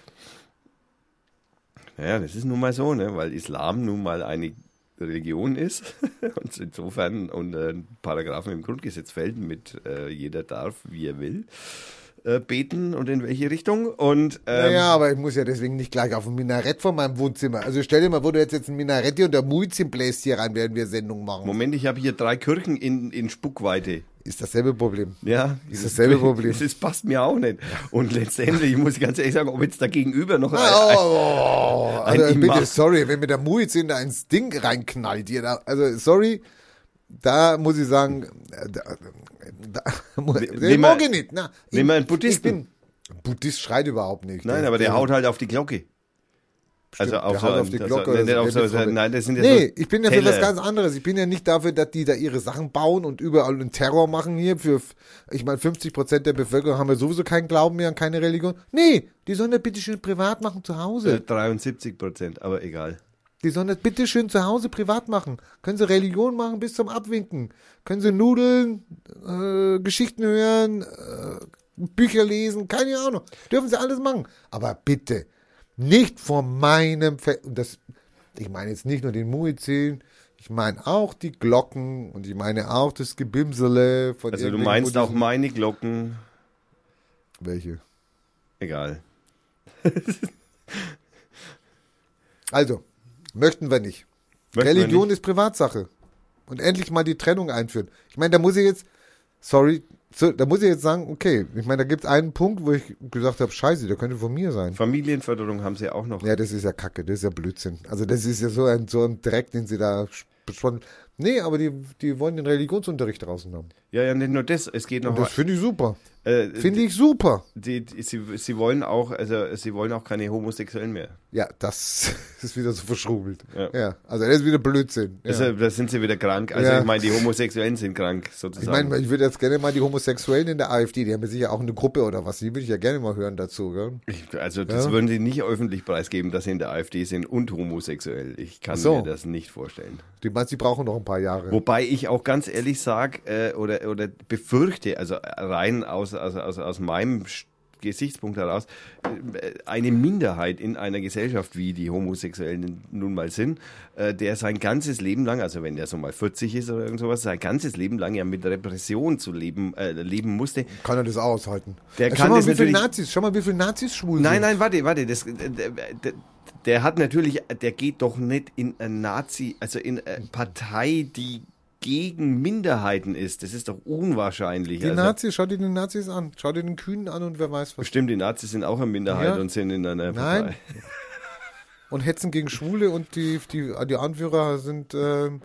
Naja, das ist nun mal so, ne, weil Islam nun mal eine Religion ist und insofern unter Paragraphen im Grundgesetz fällt mit äh, jeder darf, wie er will, äh, beten und in welche Richtung und ähm, naja, aber ich muss ja deswegen nicht gleich auf ein Minarett von meinem Wohnzimmer. Also stell dir mal vor, du hättest jetzt ein Minarett hier und der Muizin bläst hier rein, während wir Sendung machen. Moment, ich habe hier drei Kirchen in, in Spuckweite. Ist dasselbe Problem. Ja, Ist dasselbe Problem. Das passt mir auch nicht. Und letztendlich, ich muss ganz ehrlich sagen, ob jetzt da gegenüber noch ein, Oh, ein also Imam- bitte, sorry, wenn mir der Muizin da ins Ding reinknallt. Hier da, also sorry, da muss ich sagen, da, da, da, Nehmen wir- nicht. Na, ich, nehmen wir einen ich Buddhisten. bin, Buddhist schreit überhaupt nicht. Nein, aber der haut halt auf die Glocke. Stimmt, Also auf der so haut ein- auf die das- Glocke. nicht oder auf so. so- so- nein, das sind ja nee, so ich bin ja für was Teller. ganz anderes. Ich bin ja nicht dafür, dass die da ihre Sachen bauen und überall einen Terror machen hier. Für, ich meine, fünfzig Prozent der Bevölkerung haben ja sowieso keinen Glauben mehr an keine Religion. Nee, die sollen das bitte schön privat machen zu Hause. Äh, dreiundsiebzig Prozent, aber egal. Die sollen das bitte schön zu Hause privat machen. Können sie Religion machen bis zum Abwinken. Können sie Nudeln, äh, Geschichten hören, äh, Bücher lesen, keine Ahnung. Dürfen sie alles machen. Aber bitte, nicht vor meinem Fe und das, ich meine jetzt nicht nur den Muezzin, ich meine auch die Glocken und ich meine auch das Gebimsele von Also du irgendwelchen meinst auch Buddhisten. meine Glocken. Welche? Egal. Also, möchten wir nicht. Möchten wir Religion nicht. ist Privatsache. Und endlich mal die Trennung einführen. Ich meine, da muss ich jetzt, sorry, so, da muss ich jetzt sagen, okay, ich meine, da gibt es einen Punkt, wo ich gesagt habe, scheiße, der könnte von mir sein. Familienförderung haben sie auch noch. Ja, das ist ja Kacke, das ist ja Blödsinn. Also das ist ja so ein, so ein Dreck, den sie da schon. Nee, aber die, die wollen den Religionsunterricht draußen haben. Ja, ja, nicht nur das, es geht noch. Und das finde ich super. äh, Finde ich super. die, die, sie, sie wollen auch, also sie wollen auch keine Homosexuellen mehr. Ja, das ist wieder so verschrubelt. Ja. Ja, also das ist wieder Blödsinn. Ja. Also, da sind sie wieder krank. Also Ja. ich meine, die Homosexuellen sind krank, Ich sozusagen. meine, ich würde jetzt gerne mal die Homosexuellen in der AfD, die haben ja sicher auch eine Gruppe oder was, die würde ich ja gerne mal hören dazu, gell? Ich, also das Ja. würden sie nicht öffentlich preisgeben, dass sie in der AfD sind und homosexuell. Ich kann Ach so. mir das nicht vorstellen. Die meinst, die brauchen noch ein paar Jahre. Wobei ich auch ganz ehrlich sage äh, oder, oder befürchte, also rein aus, aus, aus, aus meinem St- Gesichtspunkt heraus, äh, eine Minderheit in einer Gesellschaft, wie die Homosexuellen nun mal sind, äh, der sein ganzes Leben lang, also wenn der so mal vierzig ist oder irgend sowas, sein ganzes Leben lang ja mit Repression zu leben, äh, leben musste. Kann er das auch aushalten? Der Ja, kann schau mal, das wie viele natürlich- Nazis, schau mal, wie viele Nazis schwul Nein, sind. nein, warte, warte, das, der, der, der hat natürlich, der geht doch nicht in eine Nazi, also in eine Partei, die gegen Minderheiten ist. Das ist doch unwahrscheinlich. Die also, Nazis, schau dir die Nazis an. Schau dir den Kühnen an und wer weiß was. bestimmt, die Nazis sind auch eine Minderheit Ja. und sind in einer Nein. Partei. Und hetzen gegen Schwule und die, die, die Anführer sind ähm,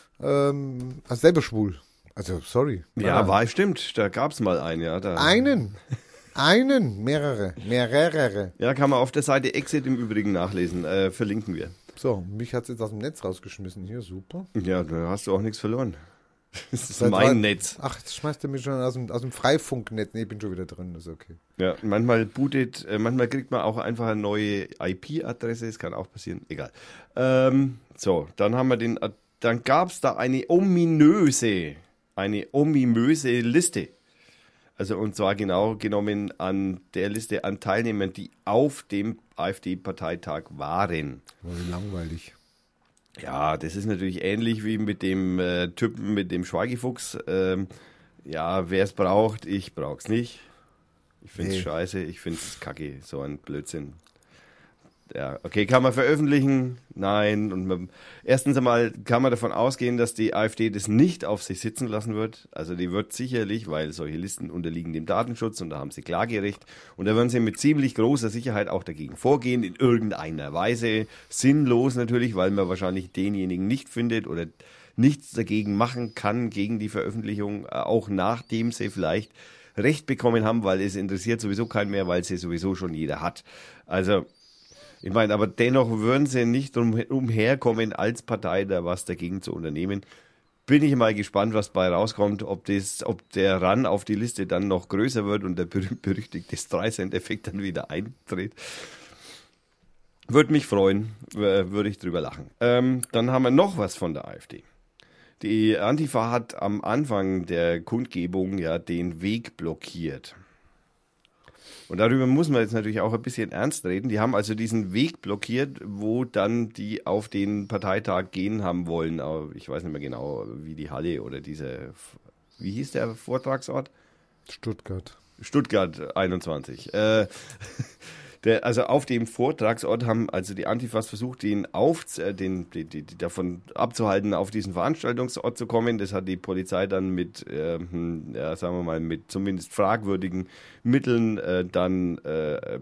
ähm, also selber schwul. Also, sorry. Ja, war stimmt. Da gab es mal einen, ja. Da, Einen. Einen. Mehrere. Mehrere. Ja, kann man auf der Seite Exit im Übrigen nachlesen. Äh, verlinken wir. So, mich hat es jetzt aus dem Netz rausgeschmissen. Hier, super. Ja, da hast du auch nichts verloren. Das ist Seit mein wann? Netz. Ach, das schmeißt er mich schon aus dem, aus dem Freifunknetz. Nee, ich bin schon wieder drin, das ist okay. Ja, manchmal bootet, äh, manchmal kriegt man auch einfach eine neue I P-Adresse, das kann auch passieren, egal. Ähm, so, dann haben wir den, äh, dann gab es da eine ominöse, eine ominöse Liste. Also und zwar genau genommen an der Liste an Teilnehmern, die auf dem AfD-Parteitag waren. Oh, wie langweilig. Ja, das ist natürlich ähnlich wie mit dem äh, Typen mit dem Schweigefuchs. Ähm, ja, wer es braucht, ich brauch's nicht. Ich find's Nee. scheiße, ich find's kacke, so ein Blödsinn. Ja, okay, kann man veröffentlichen? Nein. Und man, erstens einmal kann man davon ausgehen, dass die AfD das nicht auf sich sitzen lassen wird. Also die wird sicherlich, weil solche Listen unterliegen dem Datenschutz und da haben sie Klagerecht. Und da werden sie mit ziemlich großer Sicherheit auch dagegen vorgehen, in irgendeiner Weise. Sinnlos natürlich, weil man wahrscheinlich denjenigen nicht findet oder nichts dagegen machen kann, gegen die Veröffentlichung, auch nachdem sie vielleicht Recht bekommen haben, weil es interessiert sowieso keinen mehr, weil sie sowieso schon jeder hat. Also ich meine, aber dennoch würden sie nicht drum, umherkommen, als Partei da was dagegen zu unternehmen. Bin ich mal gespannt, was bei rauskommt, ob, das, ob der Run auf die Liste dann noch größer wird und der berühmt-berüchtigte Streisand-Effekt dann wieder eintritt. Würde mich freuen, äh, würde ich drüber lachen. Ähm, dann haben wir noch was von der AfD. Die Antifa hat am Anfang der Kundgebung ja den Weg blockiert. Und darüber muss man jetzt natürlich auch ein bisschen ernst reden. Die haben also diesen Weg blockiert, wo dann die auf den Parteitag gehen haben wollen. Aber ich weiß nicht mehr genau, wie die Halle oder diese, wie hieß der Vortragsort? Stuttgart. Stuttgart einundzwanzig. Äh, der, also auf dem Vortragsort haben also die Antifas versucht, den, auf, äh, den die, die, die davon abzuhalten, auf diesen Veranstaltungsort zu kommen. Das hat die Polizei dann mit, äh, ja, sagen wir mal, mit zumindest fragwürdigen Mitteln äh, dann äh,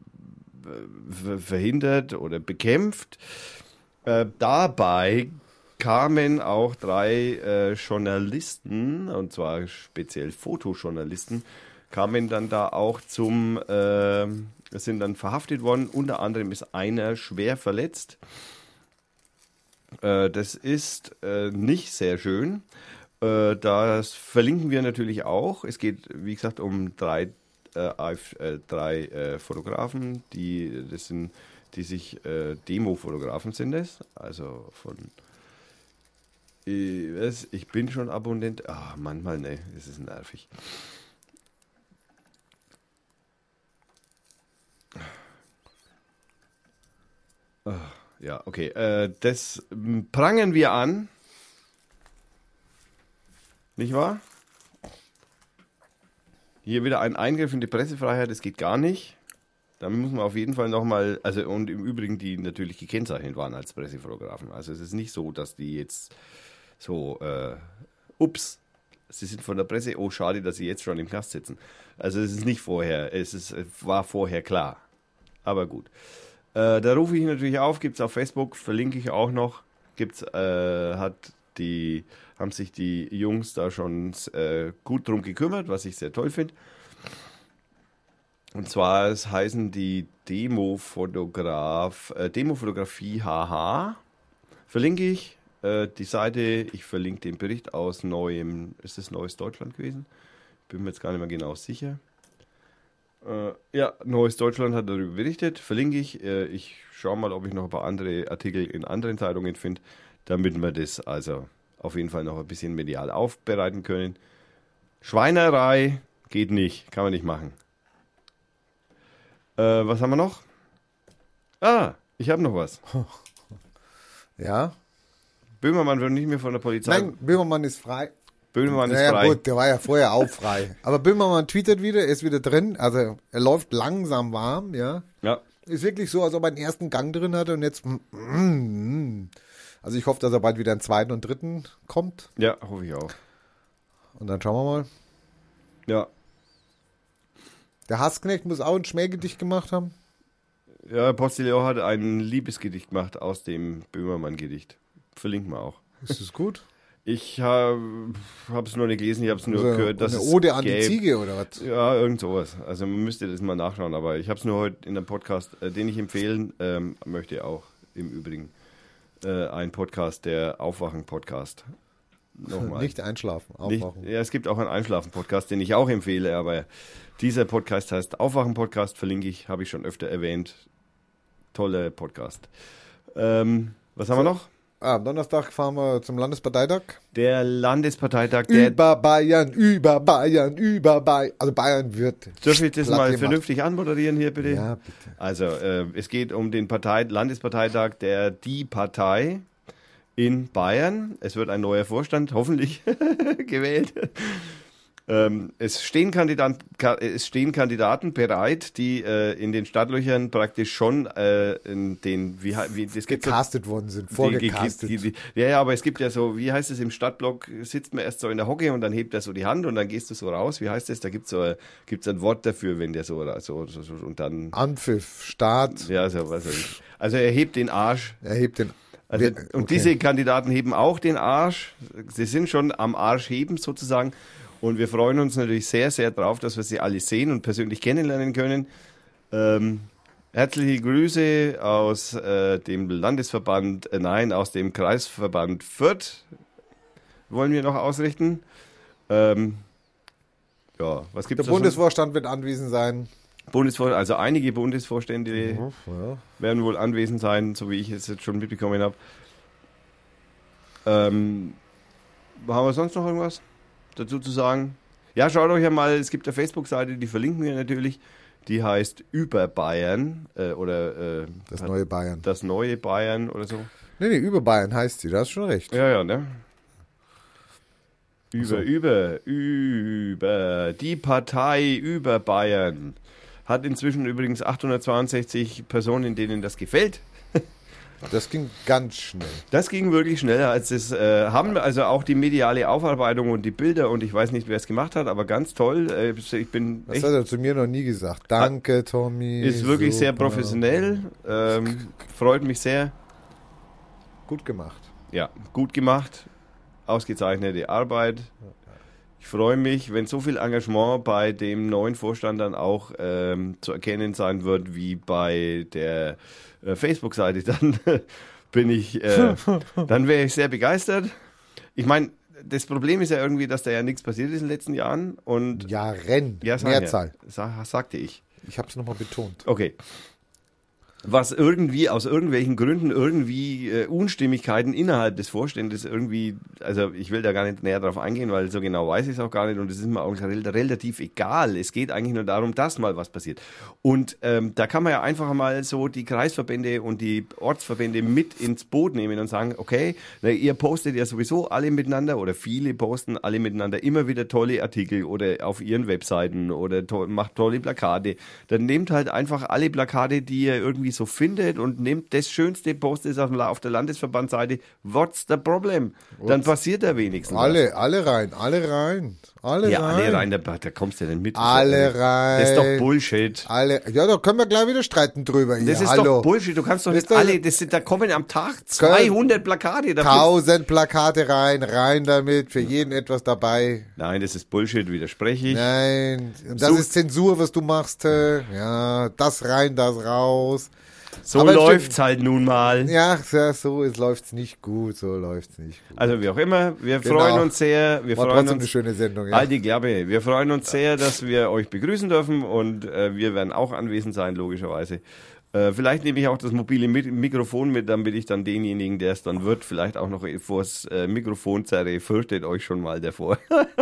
verhindert oder bekämpft. Äh, dabei kamen auch drei äh, Journalisten, und zwar speziell Fotojournalisten, kamen dann da auch zum, äh, sind dann verhaftet worden. Unter anderem ist einer schwer verletzt. Äh, das ist äh, nicht sehr schön. Äh, das verlinken wir natürlich auch. Es geht, wie gesagt, um drei, äh, äh, drei äh, Fotografen, die, das sind, die sich äh, Demo-Fotografen sind das, also von ich, weiß, ich bin schon Abonnent. Ah, manchmal, ne, das ist nervig. Ah, ja, okay. Äh, das prangern wir an. Nicht wahr? Hier wieder ein Eingriff in die Pressefreiheit, das geht gar nicht. Da muss man auf jeden Fall nochmal, also und im Übrigen, die natürlich gekennzeichnet waren als Pressefotografen. Also es ist nicht so, dass die jetzt so, äh, ups, sie sind von der Presse, oh schade, dass sie jetzt schon im Knast sitzen. Also es ist nicht vorher, es ist, war vorher klar. Aber gut. Äh, da rufe ich natürlich auf, gibt es auf Facebook, verlinke ich auch noch. Gibt's, äh, hat die, haben sich die Jungs da schon äh, gut drum gekümmert, was ich sehr toll finde. Und zwar es heißen die Demofotograf, äh, Demofotografie H H. Verlinke ich äh, die Seite, ich verlinke den Bericht aus Neuem, ist das Neues Deutschland gewesen? Bin mir jetzt gar nicht mehr genau sicher. Äh, ja, Neues Deutschland hat darüber berichtet, verlinke ich. Äh, ich schaue mal, ob ich noch ein paar andere Artikel in anderen Zeitungen finde, damit wir das also auf jeden Fall noch ein bisschen medial aufbereiten können. Schweinerei geht nicht, kann man nicht machen. Äh, was haben wir noch? Ah, ich habe noch was. Ja? Böhmermann wird nicht mehr von der Polizei. Nein, Böhmermann ist frei. Böhmermann ist naja, frei. Gut, der war ja vorher auch frei. Aber Böhmermann tweetet wieder, er ist wieder drin. Also er läuft langsam warm, ja. Ja. Ist wirklich so, als ob er einen ersten Gang drin hatte und jetzt. Also ich hoffe, dass er bald wieder einen zweiten und dritten kommt. Ja, hoffe ich auch. Und dann schauen wir mal. Ja. Der Hassknecht muss auch ein Schmähgedicht gemacht haben. Ja, Postillon hat ein Liebesgedicht gemacht aus dem Böhmermann-Gedicht. Verlinken wir auch. Ist das gut? Ich habe es nur nicht gelesen, ich habe es nur Also gehört, dass eine es Ode an die gäbe. Ziege oder was? Ja, irgend sowas. Also man müsste das mal nachschauen, aber ich habe es nur heute in einem Podcast, äh, den ich empfehlen ähm, möchte auch im Übrigen. Äh, ein Podcast, der Aufwachen-Podcast. Nochmal. Nicht einschlafen, aufwachen. Nicht, ja, es gibt auch einen Einschlafen-Podcast, den ich auch empfehle, aber dieser Podcast heißt Aufwachen-Podcast, verlinke ich, habe ich schon öfter erwähnt. Toller Podcast. Ähm, was haben wir noch? Ah, am Donnerstag fahren wir zum Landesparteitag. Der Landesparteitag, der... Über Bayern, über Bayern, über Bayern. Also Bayern wird... Darf ich das platt mal gemacht. vernünftig anmoderieren hier, bitte? Ja, bitte. Also, äh, es geht um den Partei Landesparteitag der Die Partei in Bayern. Es wird ein neuer Vorstand, hoffentlich, gewählt. Ähm, es, stehen Kandidaten, es stehen Kandidaten bereit, die äh, in den Startlöchern praktisch schon äh, in den, wie, wie das gibt Gecastet worden sind, die- vorgecastet. die- die- Ja, ja, aber es gibt ja so, wie heißt es im Stadtblock, sitzt man erst so in der Hocke und dann hebt er so die Hand und dann gehst du so raus. Wie heißt das? Da gibt es so, gibt's ein Wort dafür, wenn der so, so, so, so und dann, Anpfiff, Start, ja, so, was weiß ich. Also er hebt den Arsch. er hebt den... Also, Wir- und okay. diese Kandidaten heben auch den Arsch. Sie sind schon am Arsch heben sozusagen. Und wir freuen uns natürlich sehr, sehr drauf, dass wir sie alle sehen und persönlich kennenlernen können. Ähm, herzliche Grüße aus äh, dem Landesverband, äh, nein, aus dem Kreisverband Fürth wollen wir noch ausrichten. Ähm, ja, was gibt Der es? Bundesvorstand wird anwesend sein. Bundesvor also einige Bundesvorstände Ja. werden wohl anwesend sein, so wie ich es jetzt schon mitbekommen habe. Ähm, haben wir sonst noch irgendwas dazu zu sagen? Ja, schaut euch ja mal, es gibt eine Facebook-Seite, die verlinken wir natürlich. Die heißt Über Bayern äh, oder äh, Das neue Bayern. das neue Bayern oder so. Nee, nee, über Bayern heißt sie, da hast schon recht. Ja, ja, ne? Über, so. über, über. Die Partei über Bayern hat inzwischen übrigens achthundertzweiundsechzig Personen, denen das gefällt. Das ging ganz schnell. Das ging wirklich schneller als es äh, haben also auch die mediale Aufarbeitung und die Bilder und ich weiß nicht, wer es gemacht hat, aber ganz toll. Äh, ich bin Das echt, hat er zu mir noch nie gesagt. Danke, Tommy. ist wirklich sehr super. professionell. Ähm, freut mich sehr. Gut gemacht. ja, gut gemacht, ausgezeichnete Arbeit. Ich freue mich, wenn so viel Engagement bei dem neuen Vorstand dann auch ähm, zu erkennen sein wird, wie bei der äh, Facebook-Seite, dann bin ich, äh, dann wäre ich sehr begeistert. Ich meine, das Problem ist ja irgendwie, dass da ja nichts passiert ist in den letzten Jahren. Und Jahren, ja, Mehrzahl. Ja, sagte ich. Ich habe es nochmal betont. Okay. Was irgendwie aus irgendwelchen Gründen irgendwie äh, Unstimmigkeiten innerhalb des Vorstandes irgendwie, also ich will da gar nicht näher drauf eingehen, weil so genau weiß ich es auch gar nicht und es ist mir auch relativ egal. Es geht eigentlich nur darum, dass mal was passiert. Und ähm, da kann man ja einfach mal so die Kreisverbände und die Ortsverbände mit ins Boot nehmen und sagen, okay, na, ihr postet ja sowieso alle miteinander oder viele posten alle miteinander immer wieder tolle Artikel oder auf ihren Webseiten oder to- macht tolle Plakate. Dann nehmt halt einfach alle Plakate, die ihr irgendwie so findet und nehmt das schönste, postet es auf, auf der Landesverbandseite. What's the problem? Dann passiert da wenigstens Alle, was. alle rein, alle rein, alle Ja, rein. alle rein, da, da kommst du ja nicht mit. Alle rein. Das ist doch Bullshit. Alle, ja, da können wir gleich wieder streiten drüber. Hier. Das ist Hallo. doch Bullshit. Du kannst doch Das nicht ist doch- alle, das sind, da kommen am Tag zweihundert Plakate. Da findest- Tausend Plakate rein, rein damit, für jeden etwas dabei. Nein, das ist Bullshit, widerspreche ich. Nein, und das So- ist Zensur, was du machst. äh, Ja, das rein, das raus. So Aber läuft's stimmt. halt nun mal. Ja, ja, so ist, läuft's nicht gut, so läuft's nicht gut. Also wie auch immer, wir Genau. freuen uns sehr. Wir War freuen trotzdem uns. eine schöne Sendung, ja. Halt die Klappe. Wir freuen uns sehr, dass wir euch begrüßen dürfen und äh, wir werden auch anwesend sein, logischerweise. Äh, vielleicht nehme ich auch das mobile Mi- Mikrofon mit, damit ich dann denjenigen, der es dann wird, vielleicht auch noch vors äh, Mikrofon zerre. Fürchtet euch schon mal davor.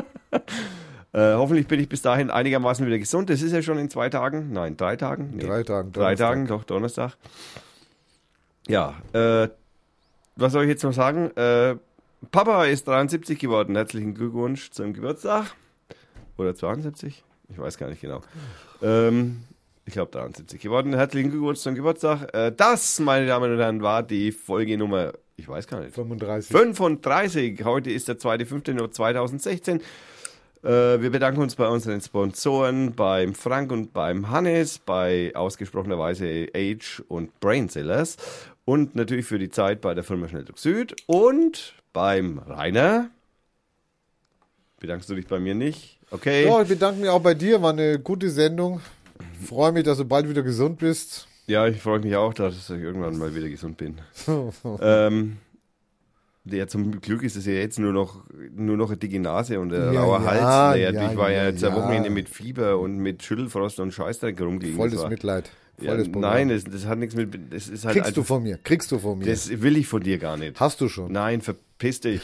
äh, hoffentlich bin ich bis dahin einigermaßen wieder gesund. Das ist ja schon in zwei Tagen. Nein, drei Tagen. Nee, Drei Tagen, Drei Donnerstag. Tagen, doch, Donnerstag. Ja, äh, was soll ich jetzt noch sagen? Äh, Papa ist dreiundsiebzig geworden. Herzlichen Glückwunsch zum Geburtstag. Oder zweiundsiebzig? Ich weiß gar nicht genau. Ähm, ich glaube dreiundsiebzig geworden. Herzlichen Glückwunsch zum Geburtstag. Äh, das, meine Damen und Herren, war die Folge Nummer, ich weiß gar nicht, fünfunddreißig. fünfunddreißig. Heute ist der zweite fünfte zweitausendsechzehn. Äh, wir bedanken uns bei unseren Sponsoren, beim Frank und beim Hannes, bei ausgesprochenerweise Age und Brainsellers und natürlich für die Zeit bei der Firma Schnelldruck Süd und beim Rainer. Bedankst du dich bei mir nicht? Okay. Ja, ich bedanke mich auch bei dir, war eine gute Sendung. Freue mich, dass du bald wieder gesund bist. Ja, ich freue mich auch, dass ich irgendwann mal wieder gesund bin. ähm, ja, zum Glück ist es ja jetzt nur noch, nur noch eine dicke Nase und ein Ja, rauer ja, Hals. Naja, ja, ich war ja, ja, jetzt ein ja. Wochenende mit Fieber und mit Schüttelfrost und Scheißdreck rumgelegen. Volles Das war- Mitleid. Ja, Volles Programm. nein, das, das hat nichts mit. Das ist halt Kriegst du einfach, von mir, kriegst du von mir. das will ich von dir gar nicht. Hast du schon. Nein, verpiss dich.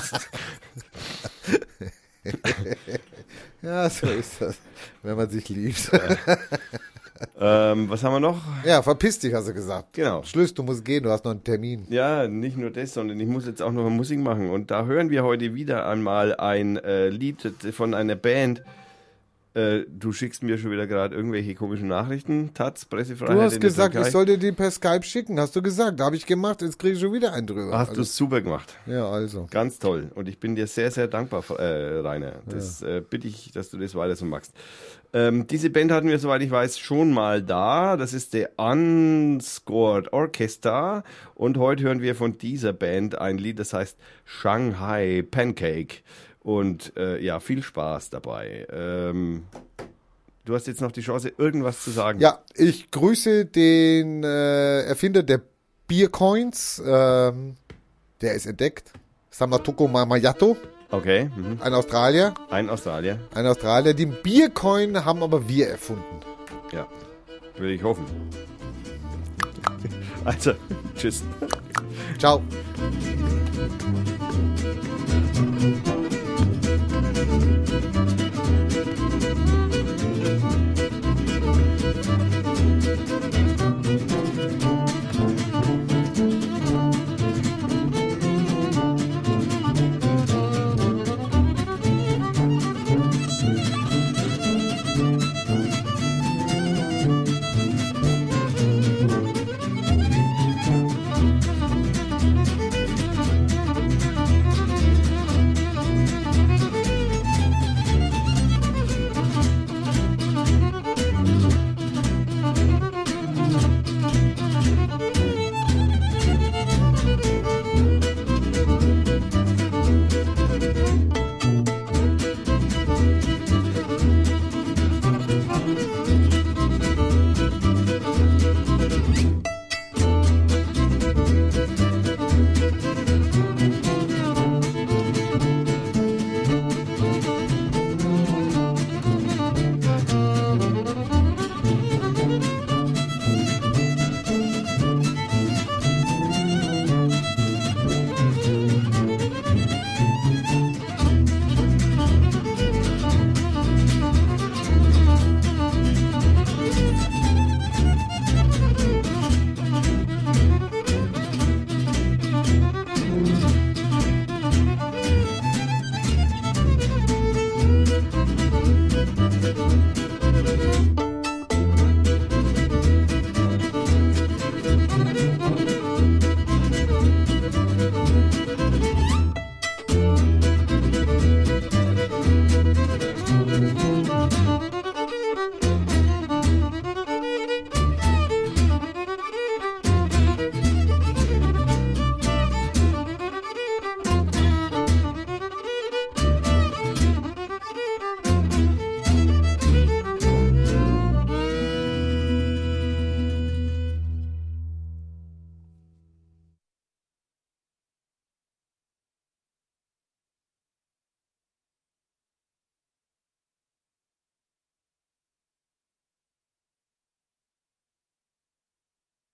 Ja, so ist das, wenn man sich liebt. ähm, was haben wir noch? Ja, verpiss dich, hast du gesagt. Genau. Schluss, du musst gehen, du hast noch einen Termin. Ja, nicht nur das, sondern ich muss jetzt auch noch Musik machen. Und da hören wir heute wieder einmal ein äh, Lied von einer Band. Äh, du schickst mir schon wieder gerade irgendwelche komischen Nachrichten. Taz, Pressefreiheit Du hast in der gesagt, Türkei. ich soll dir die per Skype schicken. Hast du gesagt. Da habe ich gemacht, jetzt kriege ich schon wieder einen drüber. Hast Also- du super gemacht. Ja, also. Ganz toll. Und ich bin dir sehr, sehr dankbar, äh, Rainer. Das äh, bitte ich, dass du das weiter so machst. Ähm, diese Band hatten wir, soweit ich weiß, schon mal da. Das ist der Unscored Orchestra. Und heute hören wir von dieser Band ein Lied, das heißt Shanghai Pancake. Und äh, ja, viel Spaß dabei. Ähm, du hast jetzt noch die Chance, irgendwas zu sagen. Ja, ich grüße den äh, Erfinder der Biercoins. Ähm, der ist entdeckt. Samatoko Mamayato, Okay. Mhm. ein Australier. Ein Australier. Ein Australier. Den Biercoin haben aber wir erfunden. Ja. Würde ich hoffen. Also, tschüss. Ciao. Thank you.